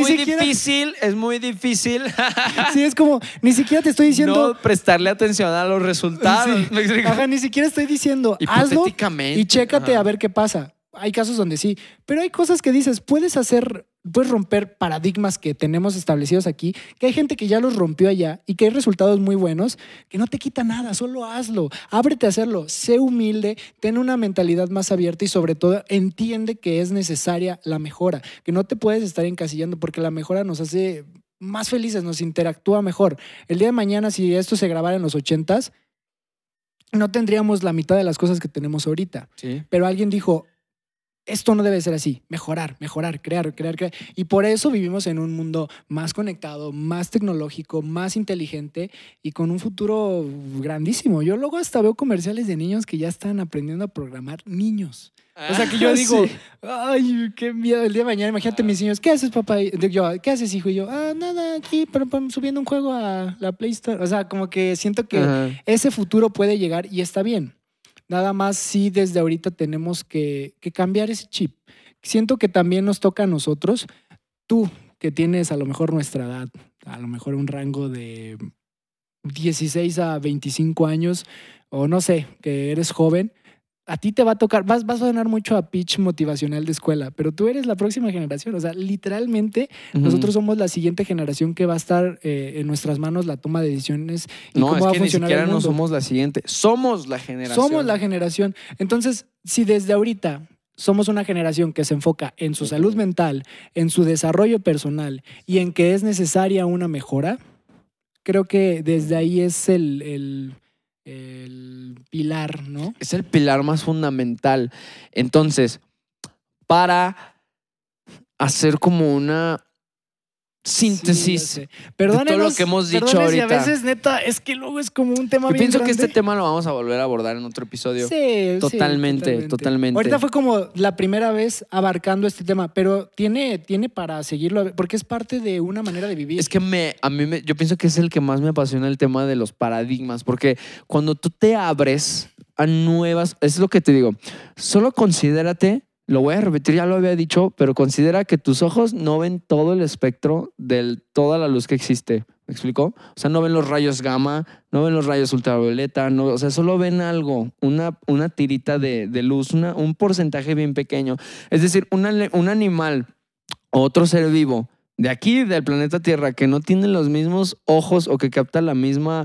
Speaker 1: es muy difícil.
Speaker 2: Sí, es como, ni siquiera te estoy diciendo...
Speaker 1: No prestarle atención a los resultados.
Speaker 2: Sí. Ajá, ni siquiera estoy diciendo, hazlo y chécate a ver qué pasa. Hay casos donde sí, pero hay cosas que dices, puedes romper paradigmas que tenemos establecidos aquí, que hay gente que ya los rompió allá y que hay resultados muy buenos, que no te quita nada, solo hazlo, ábrete a hacerlo, sé humilde, ten una mentalidad más abierta y sobre todo entiende que es necesaria la mejora, que no te puedes estar encasillando porque la mejora nos hace más felices, nos interactúa mejor. El día de mañana, si esto se grabara en los 80s, no tendríamos la mitad de las cosas que tenemos ahorita.
Speaker 1: Sí.
Speaker 2: Pero alguien dijo, esto no debe ser así, mejorar, crear. Y por eso vivimos en un mundo más conectado, más tecnológico, más inteligente y con un futuro grandísimo. Yo luego hasta veo comerciales de niños que ya están aprendiendo a programar niños. O sea que yo digo, ay, qué miedo el día de mañana. Imagínate mis niños, ¿qué haces, papá? Yo, ¿qué haces, hijo? Y yo, nada, aquí subiendo un juego a la Play Store. O sea, como que siento que ese futuro puede llegar y está bien. Nada más sí desde ahorita tenemos que cambiar ese chip. Siento que también nos toca a nosotros, tú que tienes a lo mejor nuestra edad, a lo mejor un rango de 16 a 25 años, o no sé, que eres joven, a ti te va a tocar, vas a sonar mucho a pitch motivacional de escuela, pero tú eres la próxima generación. O sea, literalmente nosotros somos la siguiente generación que va a estar en nuestras manos la toma de decisiones y
Speaker 1: No,
Speaker 2: cómo
Speaker 1: es
Speaker 2: va a
Speaker 1: que ni
Speaker 2: funcionar
Speaker 1: siquiera
Speaker 2: el
Speaker 1: no
Speaker 2: mundo.
Speaker 1: somos la siguiente. Somos la generación.
Speaker 2: Somos la generación. Entonces, si desde ahorita somos una generación que se enfoca en su salud mental, en su desarrollo personal y en que es necesaria una mejora, creo que desde ahí es el pilar, ¿no?
Speaker 1: Es el pilar más fundamental. Entonces, para hacer como una síntesis
Speaker 2: Sí,
Speaker 1: de todo lo que hemos dicho ahorita.
Speaker 2: Y a veces, neta, es que luego es como un tema
Speaker 1: Yo
Speaker 2: bien
Speaker 1: pienso
Speaker 2: grande.
Speaker 1: que este tema lo vamos a volver a abordar en otro episodio.
Speaker 2: Sí,
Speaker 1: Totalmente.
Speaker 2: Ahorita fue como la primera vez abarcando este tema, pero tiene para seguirlo, porque es parte de una manera de vivir.
Speaker 1: Es que yo pienso que es el que más me apasiona el tema de los paradigmas, porque cuando tú te abres a nuevas, es lo que te digo, solo considérate, lo voy a repetir, ya lo había dicho, pero considera que tus ojos no ven todo el espectro de toda la luz que existe. ¿Me explico? O sea, no ven los rayos gamma, no ven los rayos ultravioleta, no, o sea, solo ven algo, una tirita de luz, un porcentaje bien pequeño. Es decir, un animal o otro ser vivo de aquí, del planeta Tierra, que no tiene los mismos ojos o que capta la misma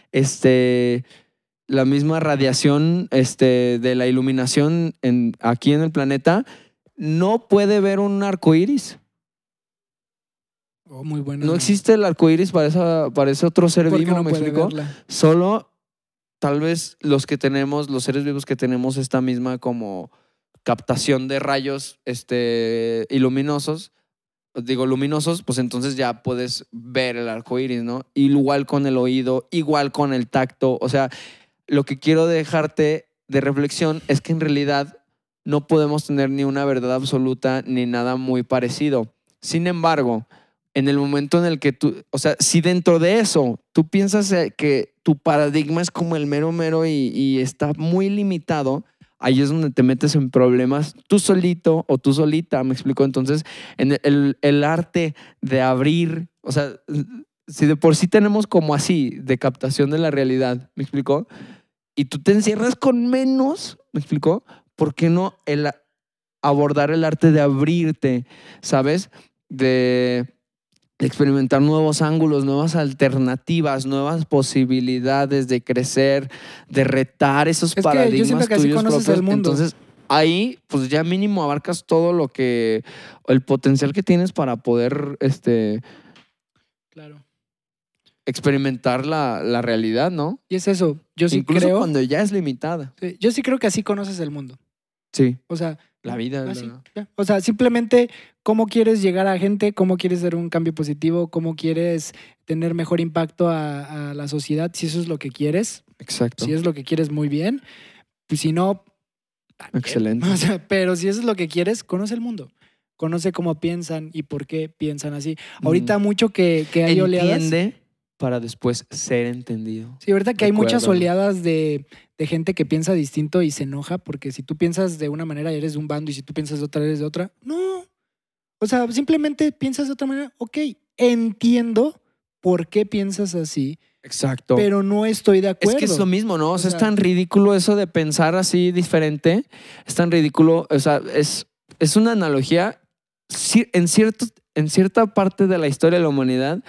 Speaker 1: radiación de la iluminación aquí en el planeta, no puede ver un arco iris.
Speaker 2: Oh, muy bueno.
Speaker 1: No existe el arco iris para ese otro ser vivo,
Speaker 2: no
Speaker 1: ¿me
Speaker 2: puede
Speaker 1: explico?
Speaker 2: verla.
Speaker 1: Solo tal vez los seres vivos que tenemos esta misma como captación de rayos luminosos, pues entonces ya puedes ver el arco iris, ¿no? Igual con el oído, igual con el tacto. O sea, lo que quiero dejarte de reflexión es que en realidad no podemos tener ni una verdad absoluta ni nada muy parecido. Sin embargo, en el momento en el que o sea, si dentro de eso tú piensas que tu paradigma es como el mero y está muy limitado, ahí es donde te metes en problemas tú solito o tú solita, ¿me explico? Entonces, en el arte de abrir, o sea, si de por sí tenemos como así de captación de la realidad, ¿me explico? Y tú te encierras con menos, ¿me explico? ¿Por qué no abordar el arte de abrirte, ¿sabes? De experimentar nuevos ángulos, nuevas alternativas, nuevas posibilidades de crecer, de retar esos paradigmas
Speaker 2: yo siento que así
Speaker 1: tuyos
Speaker 2: conoces
Speaker 1: propios.
Speaker 2: el mundo.
Speaker 1: Entonces, ahí, pues ya mínimo abarcas todo el potencial que tienes para poder,
Speaker 2: claro,
Speaker 1: experimentar la realidad, ¿no?
Speaker 2: y es eso. Yo sí
Speaker 1: Incluso
Speaker 2: creo.
Speaker 1: cuando ya es limitada.
Speaker 2: Sí, yo sí creo que así conoces el mundo.
Speaker 1: Sí.
Speaker 2: O sea,
Speaker 1: La vida.
Speaker 2: así, ya. O sea, simplemente cómo quieres llegar a gente, cómo quieres hacer un cambio positivo, cómo quieres tener mejor impacto a la sociedad, si eso es lo que quieres.
Speaker 1: Exacto.
Speaker 2: Si es lo que quieres, muy bien. Pues si no, también.
Speaker 1: Excelente.
Speaker 2: O sea, pero si eso es lo que quieres, conoce el mundo. Conoce cómo piensan y por qué piensan así. Ahorita mucho que hay oleadas.
Speaker 1: Entiende para después ser entendido.
Speaker 2: Sí, ahorita que hay muchas
Speaker 1: Recuérdalo.
Speaker 2: oleadas de gente que piensa distinto y se enoja porque si tú piensas de una manera eres de un bando y si tú piensas de otra eres de otra. No. O sea, simplemente piensas de otra manera. Ok, entiendo por qué piensas así,
Speaker 1: Exacto.
Speaker 2: pero no estoy de acuerdo.
Speaker 1: Es que es lo mismo, ¿no? O sea,
Speaker 2: sea,
Speaker 1: es tan ridículo eso de pensar así diferente. Es tan ridículo. O sea, es una analogía. En cierta parte de la historia de la humanidad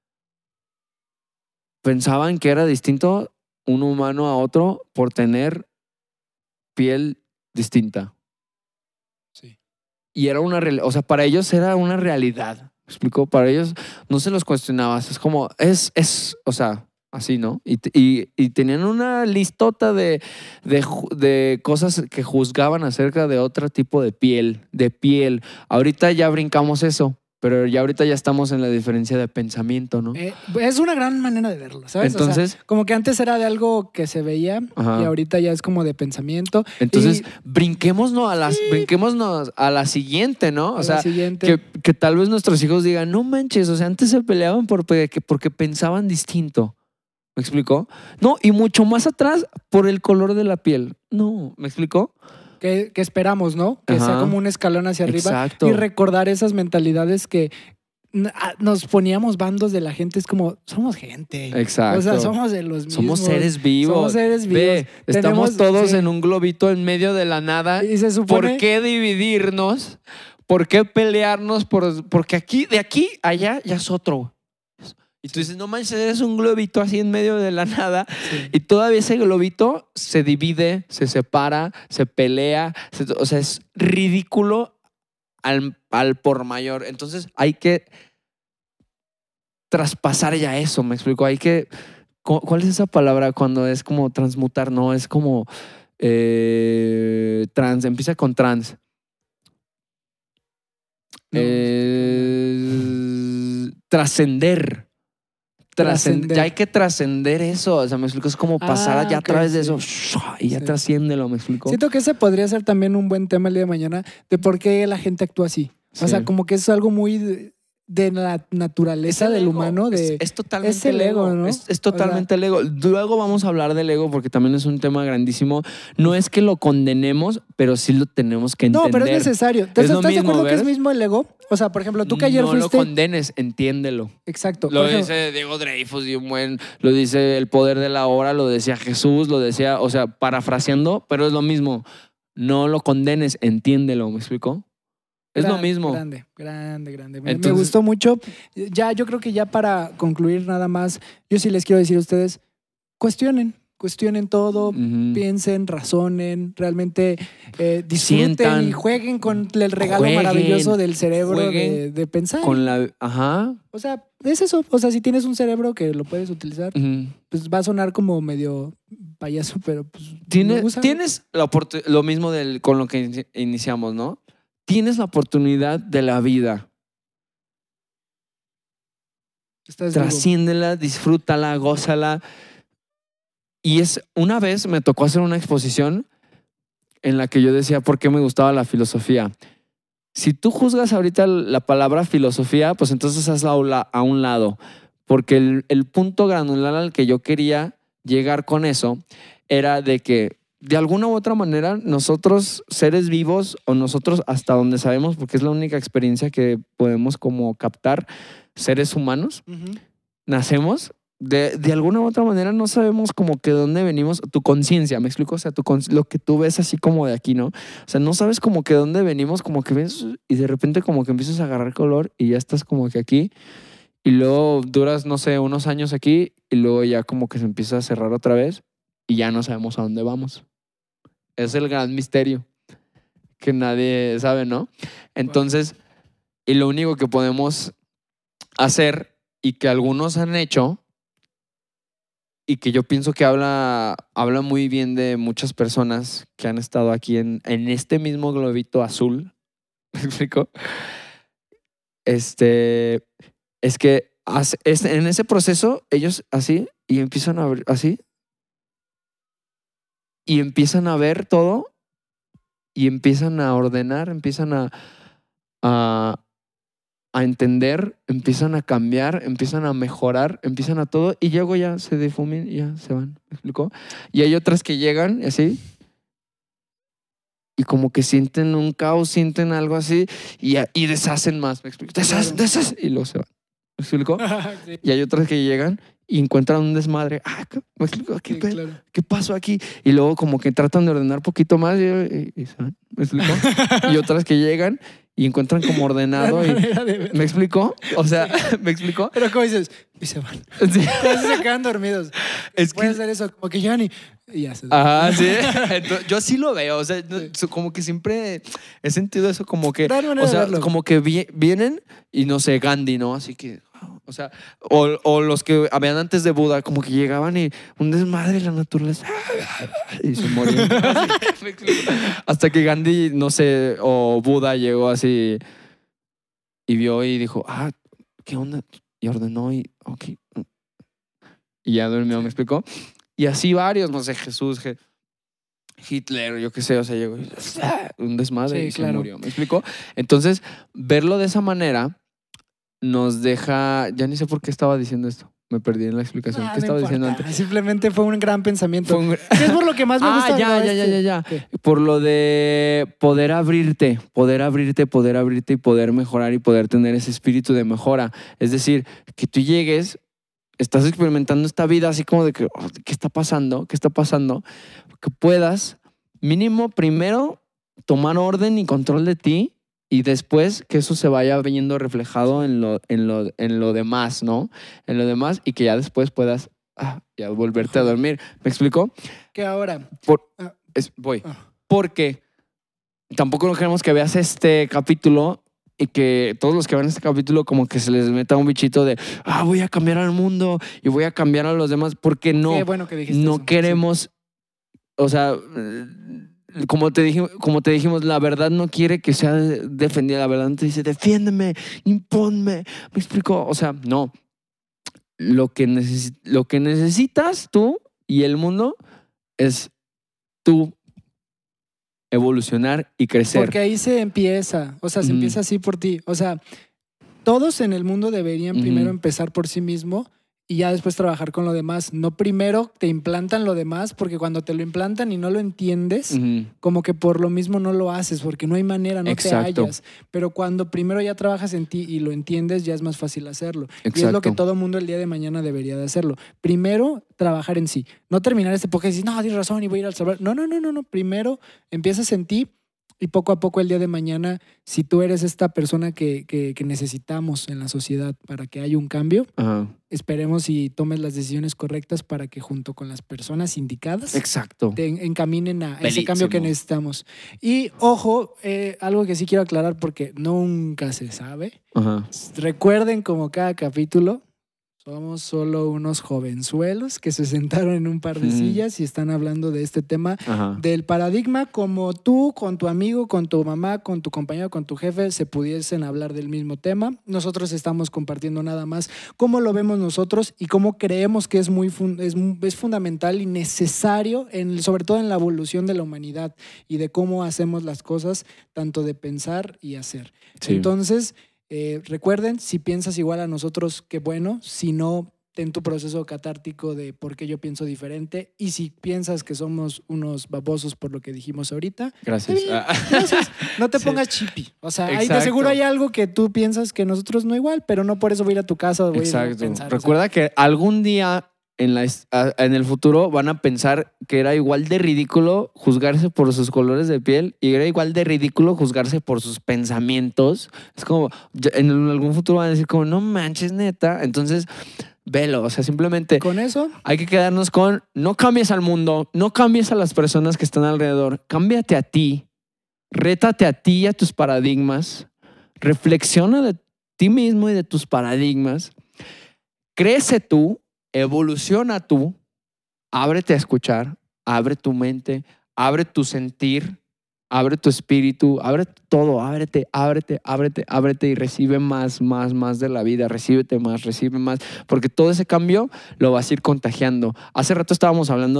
Speaker 1: pensaban que era distinto un humano a otro por tener piel distinta.
Speaker 2: Sí.
Speaker 1: Y era o sea, para ellos era una realidad. ¿Me explico? Para ellos no se los cuestionabas. Es como, o sea, así, ¿no? Y tenían una listota de cosas que juzgaban acerca de otro tipo de piel. Ahorita ya brincamos eso. Pero ya ahorita ya estamos en la diferencia de pensamiento, ¿no?
Speaker 2: Es una gran manera de verlo, ¿sabes?
Speaker 1: Entonces,
Speaker 2: o sea, como que antes era de algo que se veía
Speaker 1: ajá.
Speaker 2: y ahorita ya es como de pensamiento.
Speaker 1: Entonces, brinquémonos a la siguiente, ¿no? O sea, que tal vez nuestros hijos digan, no manches, o sea, antes se peleaban porque pensaban distinto. ¿Me explicó? No, y mucho más atrás por el color de la piel. No, ¿me explicó?
Speaker 2: Que esperamos, ¿no? Que
Speaker 1: Ajá.
Speaker 2: sea como un escalón hacia arriba.
Speaker 1: Exacto.
Speaker 2: Y recordar esas mentalidades que nos poníamos bandos de la gente. Es como, somos gente.
Speaker 1: Exacto.
Speaker 2: O sea, somos de los mismos.
Speaker 1: Somos seres vivos.
Speaker 2: Somos seres vivos.
Speaker 1: Ve, estamos todos
Speaker 2: sí.
Speaker 1: en un globito en medio de la nada.
Speaker 2: Y se supone...
Speaker 1: ¿Por qué dividirnos? ¿Por qué pelearnos? Porque de aquí a allá ya es otro. Y tú dices, no manches, eres un globito así en medio de la nada.
Speaker 2: Sí.
Speaker 1: Y todavía ese globito se divide, se separa, se pelea. O sea, es ridículo al por mayor. Entonces hay que traspasar ya eso, ¿me explico? Hay que... ¿Cuál es esa palabra cuando es como transmutar? No, es como trans, empieza con trans.
Speaker 2: No,
Speaker 1: trascender.
Speaker 2: Trascender.
Speaker 1: Ya hay que trascender eso. O sea, me explico, es como pasar ya a
Speaker 2: ok,
Speaker 1: través de
Speaker 2: sí.
Speaker 1: eso y ya
Speaker 2: Sí.
Speaker 1: trasciéndelo, me explico.
Speaker 2: Siento que ese podría ser también un buen tema el día de mañana de por qué la gente actúa así. O
Speaker 1: Sí.
Speaker 2: sea, como que es algo muy de la naturaleza
Speaker 1: Es el
Speaker 2: del
Speaker 1: ego.
Speaker 2: humano.
Speaker 1: Es totalmente
Speaker 2: es el ego, ¿no?
Speaker 1: Es totalmente el ego. Luego vamos a hablar del ego porque también es un tema grandísimo. No es que lo condenemos, pero sí lo tenemos que entender.
Speaker 2: No, pero es necesario.
Speaker 1: Es
Speaker 2: ¿Estás
Speaker 1: lo
Speaker 2: de
Speaker 1: mismo,
Speaker 2: acuerdo que
Speaker 1: ¿ves?
Speaker 2: es mismo el ego? O sea, por ejemplo, tú que ayer
Speaker 1: no
Speaker 2: fuiste...
Speaker 1: lo condenes, entiéndelo.
Speaker 2: Exacto.
Speaker 1: Lo
Speaker 2: por ejemplo,
Speaker 1: dice Diego Dreyfus y lo dice El Poder de la Hora, lo decía Jesús, lo decía, o sea, parafraseando, pero es lo mismo. No lo condenes, entiéndelo, ¿me explico? Es lo mismo.
Speaker 2: Grande. Me
Speaker 1: Entonces-
Speaker 2: gustó mucho. Ya, yo creo que ya para concluir nada más, yo sí les quiero decir a ustedes, cuestionen todo,
Speaker 1: Ujú.
Speaker 2: piensen, razonen, realmente disfruten
Speaker 1: Sientan.
Speaker 2: y jueguen con el regalo
Speaker 1: Jueguen.
Speaker 2: maravilloso del cerebro
Speaker 1: Jueguen
Speaker 2: de pensar.
Speaker 1: Con la... Ajá.
Speaker 2: O sea, es eso. O sea, si tienes un cerebro que lo puedes utilizar,
Speaker 1: Ujú.
Speaker 2: pues va a sonar como medio payaso, pero pues...
Speaker 1: Tienes
Speaker 2: úsalo.
Speaker 1: lo mismo con lo que iniciamos, ¿no? Tienes la oportunidad de la vida.
Speaker 2: Estás vivo.
Speaker 1: Trasciéndela, disfrútala, gózala. Y una vez me tocó hacer una exposición en la que yo decía por qué me gustaba la filosofía. Si tú juzgas ahorita la palabra filosofía, pues entonces hazla a un lado. Porque el punto granular al que yo quería llegar con eso era de que de alguna u otra manera nosotros, seres vivos, o nosotros hasta donde sabemos, porque es la única experiencia que podemos como captar, seres humanos,
Speaker 2: Ujú.
Speaker 1: nacemos, de alguna u otra manera no sabemos como que dónde venimos, tu conciencia, ¿me explico? O sea, lo que tú ves así como de aquí, ¿no? O sea, no sabes como que dónde venimos, como que ves y de repente como que empiezas a agarrar color y ya estás como que aquí y luego duras, no sé, unos años aquí y luego ya como que se empieza a cerrar otra vez y ya no sabemos a dónde vamos. Es el gran misterio que nadie sabe, ¿no? Entonces, y lo único que podemos hacer y que algunos han hecho y que yo pienso que habla muy bien de muchas personas que han estado aquí en este mismo globito azul, ¿me explico? Es que en ese proceso ellos así y empiezan a ver así y empiezan a ver todo y empiezan a ordenar, empiezan a entender, empiezan a cambiar, empiezan a mejorar, empiezan a todo y luego ya se difuminan y ya se van, ¿me explico? Y hay otras que llegan así y como que sienten un caos, sienten algo así y deshacen más, ¿me explico? Deshacen y luego se van, ¿me explico?
Speaker 2: Sí,
Speaker 1: Y hay otras que llegan y encuentran un desmadre. ¿Me explico?
Speaker 2: sí, claro.
Speaker 1: ¿Qué pasó aquí? Y luego como que tratan de ordenar poquito más y se van, ¿me explico? Y otras que llegan y encuentran como ordenado y...
Speaker 2: Manera de ver.
Speaker 1: ¿Me explico? O sea, ¿me explico?
Speaker 2: Pero como dices, y se van.
Speaker 1: Sí.
Speaker 2: Casi se quedan dormidos.
Speaker 1: Es
Speaker 2: Puede
Speaker 1: que...
Speaker 2: ser eso, como que llegan y ya se
Speaker 1: Ajá, sí. Entonces, yo sí lo veo. O sea, como que siempre he sentido eso como que...
Speaker 2: Gran manera
Speaker 1: O
Speaker 2: de
Speaker 1: sea,
Speaker 2: verlo.
Speaker 1: como que vienen y no sé, Gandhi, ¿no? Así que... O sea, o los que habían antes de Buda, como que llegaban y un desmadre en la naturaleza y se morían. Así, ¿me explico? Hasta que Gandhi, no sé, o Buda llegó así y vio y dijo, ¿qué onda? Y ordenó y, ok. Y ya durmió, ¿me explicó? Y así varios, no sé, Jesús, Hitler, yo qué sé, o sea, llegó y, un desmadre
Speaker 2: Sí,
Speaker 1: y
Speaker 2: claro.
Speaker 1: se murió, ¿me explicó? Entonces, verlo de esa manera nos deja, ya ni sé por qué estaba diciendo esto. Me perdí en la explicación. ¿Qué
Speaker 2: No
Speaker 1: estaba diciendo
Speaker 2: importa.
Speaker 1: antes?
Speaker 2: Simplemente fue un gran pensamiento.
Speaker 1: Fue un-
Speaker 2: Que es por lo que más me gusta.
Speaker 1: ya.
Speaker 2: ¿Qué?
Speaker 1: Por lo de poder abrirte y poder mejorar y poder tener ese espíritu de mejora. Es decir, que tú llegues, estás experimentando esta vida así como de que, oh, ¿qué está pasando? ¿Qué está pasando? Que puedas, mínimo, primero, tomar orden y control de ti y después que eso se vaya viendo reflejado en lo demás, ¿no? En lo demás y que ya después puedas ya volverte a dormir. ¿Me explico?
Speaker 2: Que ahora.
Speaker 1: Voy.
Speaker 2: Ah.
Speaker 1: Porque tampoco no queremos que veas este capítulo y que todos los que vean este capítulo como que se les meta un bichito de voy a cambiar al mundo y voy a cambiar a los demás, porque no,
Speaker 2: Qué bueno que dijiste
Speaker 1: no
Speaker 2: eso.
Speaker 1: queremos, o sea, como te dijimos, la verdad no quiere que sea defendida, la verdad no te dice defiéndeme, impónme, me explico, o sea, no. Lo que necesitas tú y el mundo es tú evolucionar y crecer.
Speaker 2: Porque ahí se empieza. O sea, se empieza así por ti. O sea, todos en el mundo deberían primero empezar por sí mismo y ya después trabajar con lo demás. No primero te implantan lo demás, porque cuando te lo implantan y no lo entiendes, como que por lo mismo no lo haces, porque no hay manera, no
Speaker 1: Exacto.
Speaker 2: te hallas. Pero cuando primero ya trabajas en ti y lo entiendes, ya es más fácil hacerlo.
Speaker 1: Exacto.
Speaker 2: Y es lo que todo mundo el día de mañana debería de hacerlo. Primero, trabajar en sí. No terminar este podcast y decir, no, tienes razón y voy a ir al salvar. No. Primero empiezas en ti. Y poco a poco el día de mañana, si tú eres esta persona que necesitamos en la sociedad para que haya un cambio, esperemos y tomes las decisiones correctas para que junto con las personas indicadas
Speaker 1: Exacto.
Speaker 2: te encaminen a ese
Speaker 1: Belísimo.
Speaker 2: cambio que necesitamos. Y ojo, algo que sí quiero aclarar porque nunca se sabe. Recuerden, como cada capítulo, somos solo unos jovenzuelos que se sentaron en un par de sillas y están hablando de este tema del paradigma, como tú, con tu amigo, con tu mamá, con tu compañero, con tu jefe, se pudiesen hablar del mismo tema. Nosotros estamos compartiendo nada más cómo lo vemos nosotros y cómo creemos que es fundamental y necesario, sobre todo en la evolución de la humanidad y de cómo hacemos las cosas, tanto de pensar y hacer. Sí. Entonces, recuerden, si piensas igual a nosotros, qué bueno. Si no, ten tu proceso catártico de por qué yo pienso diferente. Y si piensas que somos unos babosos por lo que dijimos ahorita,
Speaker 1: gracias.
Speaker 2: Gracias. No te pongas chippy. O sea, ahí de seguro hay algo que tú piensas que nosotros no igual, pero no por eso voy a ir a tu casa o voy a ir a pensar.
Speaker 1: Recuerda que algún día en el futuro van a pensar que era igual de ridículo juzgarse por sus colores de piel y era igual de ridículo juzgarse por sus pensamientos. Es como, en algún futuro van a decir como, no manches, neta. Entonces, velo, o sea, simplemente
Speaker 2: con eso
Speaker 1: hay que quedarnos con, no cambies al mundo, no cambies a las personas que están alrededor, cámbiate a ti, rétate a ti y a tus paradigmas, reflexiona de ti mismo y de tus paradigmas, crece tú, evoluciona tú, ábrete a escuchar, abre tu mente, abre tu sentir, abre tu espíritu, abre todo, ábrete y recibe más de la vida, recibe más, porque todo ese cambio lo vas a ir contagiando. Hace rato estábamos hablando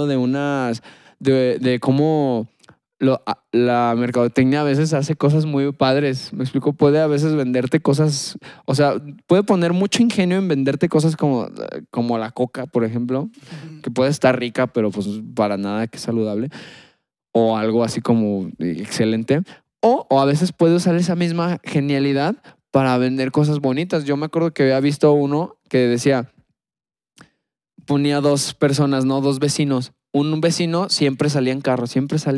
Speaker 1: de cómo la mercadotecnia a veces hace cosas muy padres. Me explico, puede a veces venderte cosas, o sea, puede poner mucho ingenio en venderte cosas como la coca, por ejemplo, que puede estar rica, pero pues para nada que es saludable, o algo así como excelente, o a veces puede usar esa misma genialidad para vender cosas bonitas. Yo me acuerdo que había visto uno que decía, ponía dos personas, ¿no? Dos vecinos. Un vecino siempre salía en carro.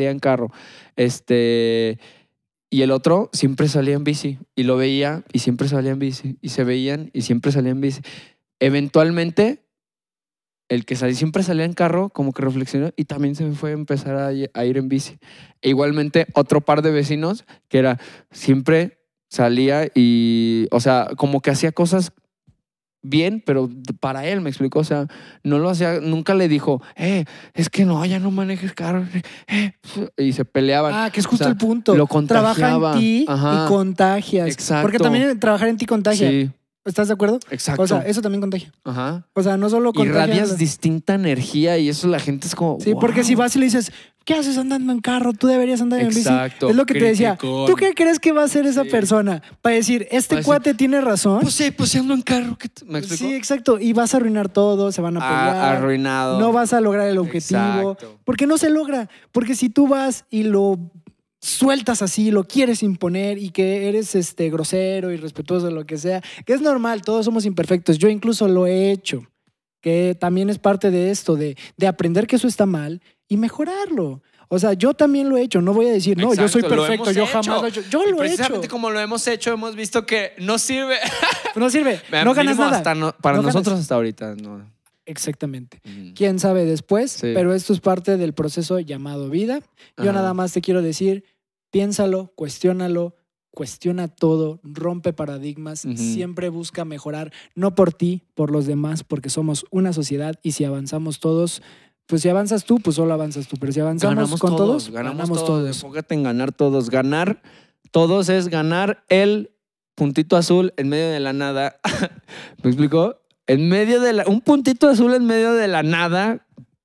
Speaker 1: Y el otro siempre salía en bici. Y lo veía y siempre salía en bici. Y se veían y siempre salía en bici. Eventualmente, el que siempre salía en carro, como que reflexionó y también se fue a empezar a ir en bici. E igualmente, otro par de vecinos que era siempre salía y, o sea, como que hacía cosas bien, pero para él, me explicó, o sea, no lo hacía, nunca le dijo, es que no, ya no manejes carro, y se peleaban.
Speaker 2: Que es justo, o sea, el punto.
Speaker 1: Lo contagiaba.
Speaker 2: Trabaja en ti y contagias.
Speaker 1: Exacto.
Speaker 2: Porque también trabajar en ti contagia.
Speaker 1: Sí.
Speaker 2: ¿Estás de acuerdo?
Speaker 1: Exacto.
Speaker 2: O sea, eso también contagia.
Speaker 1: Ajá.
Speaker 2: O sea, no solo contagia...
Speaker 1: Irradias distinta energía y eso la gente es como.
Speaker 2: Sí,
Speaker 1: wow.
Speaker 2: porque si vas y le dices, ¿qué haces andando en carro? Tú deberías andar en bici.
Speaker 1: Exacto.
Speaker 2: Es lo que te decía.
Speaker 1: Criticón.
Speaker 2: ¿Tú qué crees que va a hacer esa
Speaker 1: Sí.
Speaker 2: persona? Para decir, este
Speaker 1: Va a decir,
Speaker 2: cuate tiene razón.
Speaker 1: Pues sí, pues sí ando en carro. ¿Me explico?
Speaker 2: Sí, exacto. Y vas a arruinar todo, se van a pelear.
Speaker 1: Arruinado.
Speaker 2: No vas a lograr el objetivo.
Speaker 1: Exacto.
Speaker 2: Porque no se logra. Porque si tú vas y lo sueltas así, lo quieres imponer y que eres grosero, irrespetuoso, lo que sea, que es normal, todos somos imperfectos. Yo incluso lo he hecho, que también es parte de esto, de aprender que eso está mal y mejorarlo. O sea, yo también lo he hecho. No voy a decir, no, yo soy
Speaker 1: Exacto, lo
Speaker 2: perfecto,
Speaker 1: hemos
Speaker 2: yo
Speaker 1: hecho.
Speaker 2: jamás lo he hecho. Yo
Speaker 1: Y
Speaker 2: lo he hecho.
Speaker 1: precisamente como lo hemos hecho, hemos visto que no sirve.
Speaker 2: No sirve, no ganas
Speaker 1: Mínimo
Speaker 2: nada.
Speaker 1: hasta para
Speaker 2: No
Speaker 1: nosotros
Speaker 2: ganas.
Speaker 1: hasta ahorita, no.
Speaker 2: Exactamente.
Speaker 1: Ujú.
Speaker 2: Quién sabe después,
Speaker 1: Sí.
Speaker 2: pero esto es parte del proceso llamado vida. Yo
Speaker 1: Ajá.
Speaker 2: nada más te quiero decir, piénsalo, cuestiónalo, cuestiona todo, rompe paradigmas,
Speaker 1: Ujú.
Speaker 2: siempre busca mejorar, no por ti, por los demás, porque somos una sociedad y si avanzamos todos, pues si avanzas tú, pues solo avanzas tú, pero si avanzamos con todos,
Speaker 1: ganamos todos. Enfócate en ganar todos. Ganar todos es ganar el puntito azul en medio de la nada. ¿Me explico? En medio de un puntito azul en medio de la nada.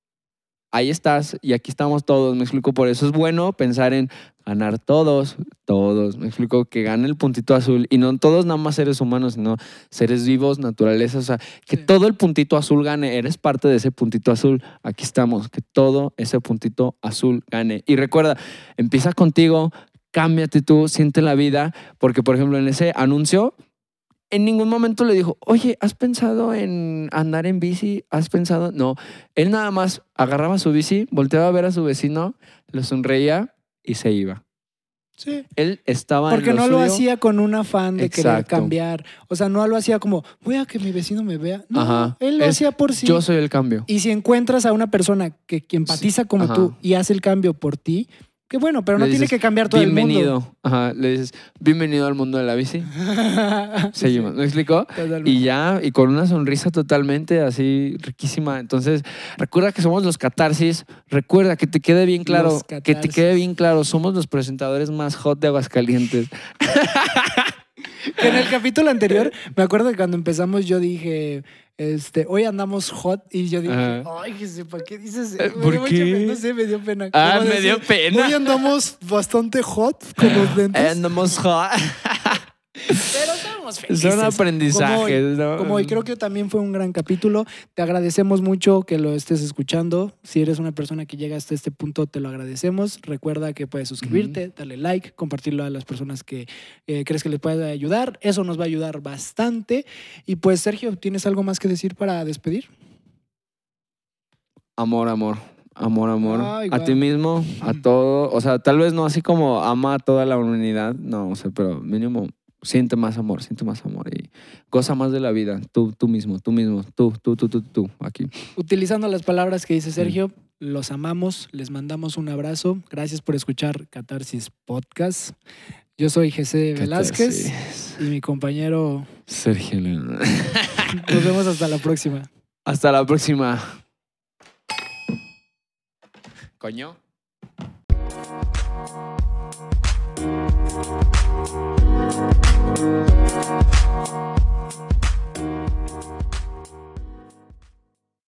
Speaker 1: Ahí estás y aquí estamos todos, me explico. Por eso es bueno pensar en ganar todos, me explico, que gane el puntito azul y no todos nada más seres humanos, sino seres vivos, naturaleza, o sea, que
Speaker 2: Sí.
Speaker 1: todo el puntito azul gane, eres parte de ese puntito azul, aquí estamos, que todo ese puntito azul gane. Y recuerda, empieza contigo, cámbiate tú, siente la vida, porque por ejemplo en ese anuncio, en ningún momento le dijo, oye, ¿has pensado en andar en bici? ¿Has pensado? No, él nada más agarraba su bici, volteaba a ver a su vecino, le sonreía y se iba.
Speaker 2: Sí.
Speaker 1: Él estaba
Speaker 2: Porque
Speaker 1: en lo
Speaker 2: no lo
Speaker 1: suyo.
Speaker 2: hacía con un afán de querer
Speaker 1: Exacto.
Speaker 2: cambiar. O sea, no lo hacía como, voy a que mi vecino me vea. No,
Speaker 1: Ajá.
Speaker 2: él lo
Speaker 1: Es,
Speaker 2: hacía por sí.
Speaker 1: Yo soy el cambio.
Speaker 2: Y si encuentras a una persona que empatiza como
Speaker 1: Ajá.
Speaker 2: tú y hace el cambio por ti, qué bueno, pero no
Speaker 1: Le
Speaker 2: tiene
Speaker 1: dices,
Speaker 2: que cambiar todo el mundo.
Speaker 1: bienvenido. Ajá, le dices, bienvenido al mundo de la bici. Seguimos, ¿me explico?
Speaker 2: Totalmente.
Speaker 1: Y ya, y con una sonrisa totalmente así riquísima. Entonces, recuerda que somos los catarsis. Recuerda que te quede bien claro,
Speaker 2: Los
Speaker 1: que te
Speaker 2: catarsis.
Speaker 1: quede bien claro, somos los presentadores más hot de Aguascalientes.
Speaker 2: Que en el capítulo anterior, me acuerdo que cuando empezamos yo dije, hoy andamos hot y yo dije,
Speaker 1: Ajá.
Speaker 2: ay, ¿para qué dices?
Speaker 1: ¿Por
Speaker 2: Me dio mucha
Speaker 1: qué?
Speaker 2: pena, no sé, me dio pena.
Speaker 1: Ah,
Speaker 2: Como
Speaker 1: me
Speaker 2: decir,
Speaker 1: dio pena.
Speaker 2: Hoy andamos bastante hot con los lentes.
Speaker 1: Andamos hot.
Speaker 2: Pero estamos felices.
Speaker 1: Son aprendizajes, ¿no?
Speaker 2: Como hoy, creo que también fue un gran capítulo. Te agradecemos mucho que lo estés escuchando. Si eres una persona que llega hasta este punto, te lo agradecemos. Recuerda que puedes suscribirte, darle like, compartirlo a las personas que crees que les pueda ayudar. Eso nos va a ayudar bastante. Y pues, Sergio, ¿tienes algo más que decir para despedir?
Speaker 1: Amor, amor. Amor, amor.
Speaker 2: Ay,
Speaker 1: a
Speaker 2: guau.
Speaker 1: ti mismo, a todo. O sea, tal vez no así como ama a toda la humanidad. No, o sea, pero mínimo siente más amor y goza más de la vida. Tú mismo, tú, aquí.
Speaker 2: Utilizando las palabras que dice Sergio, los amamos, les mandamos un abrazo. Gracias por escuchar Catarsis Podcast. Yo soy Jesse Velázquez y mi compañero.
Speaker 1: Sergio León.
Speaker 2: Nos vemos hasta la próxima.
Speaker 1: Hasta la próxima. Coño.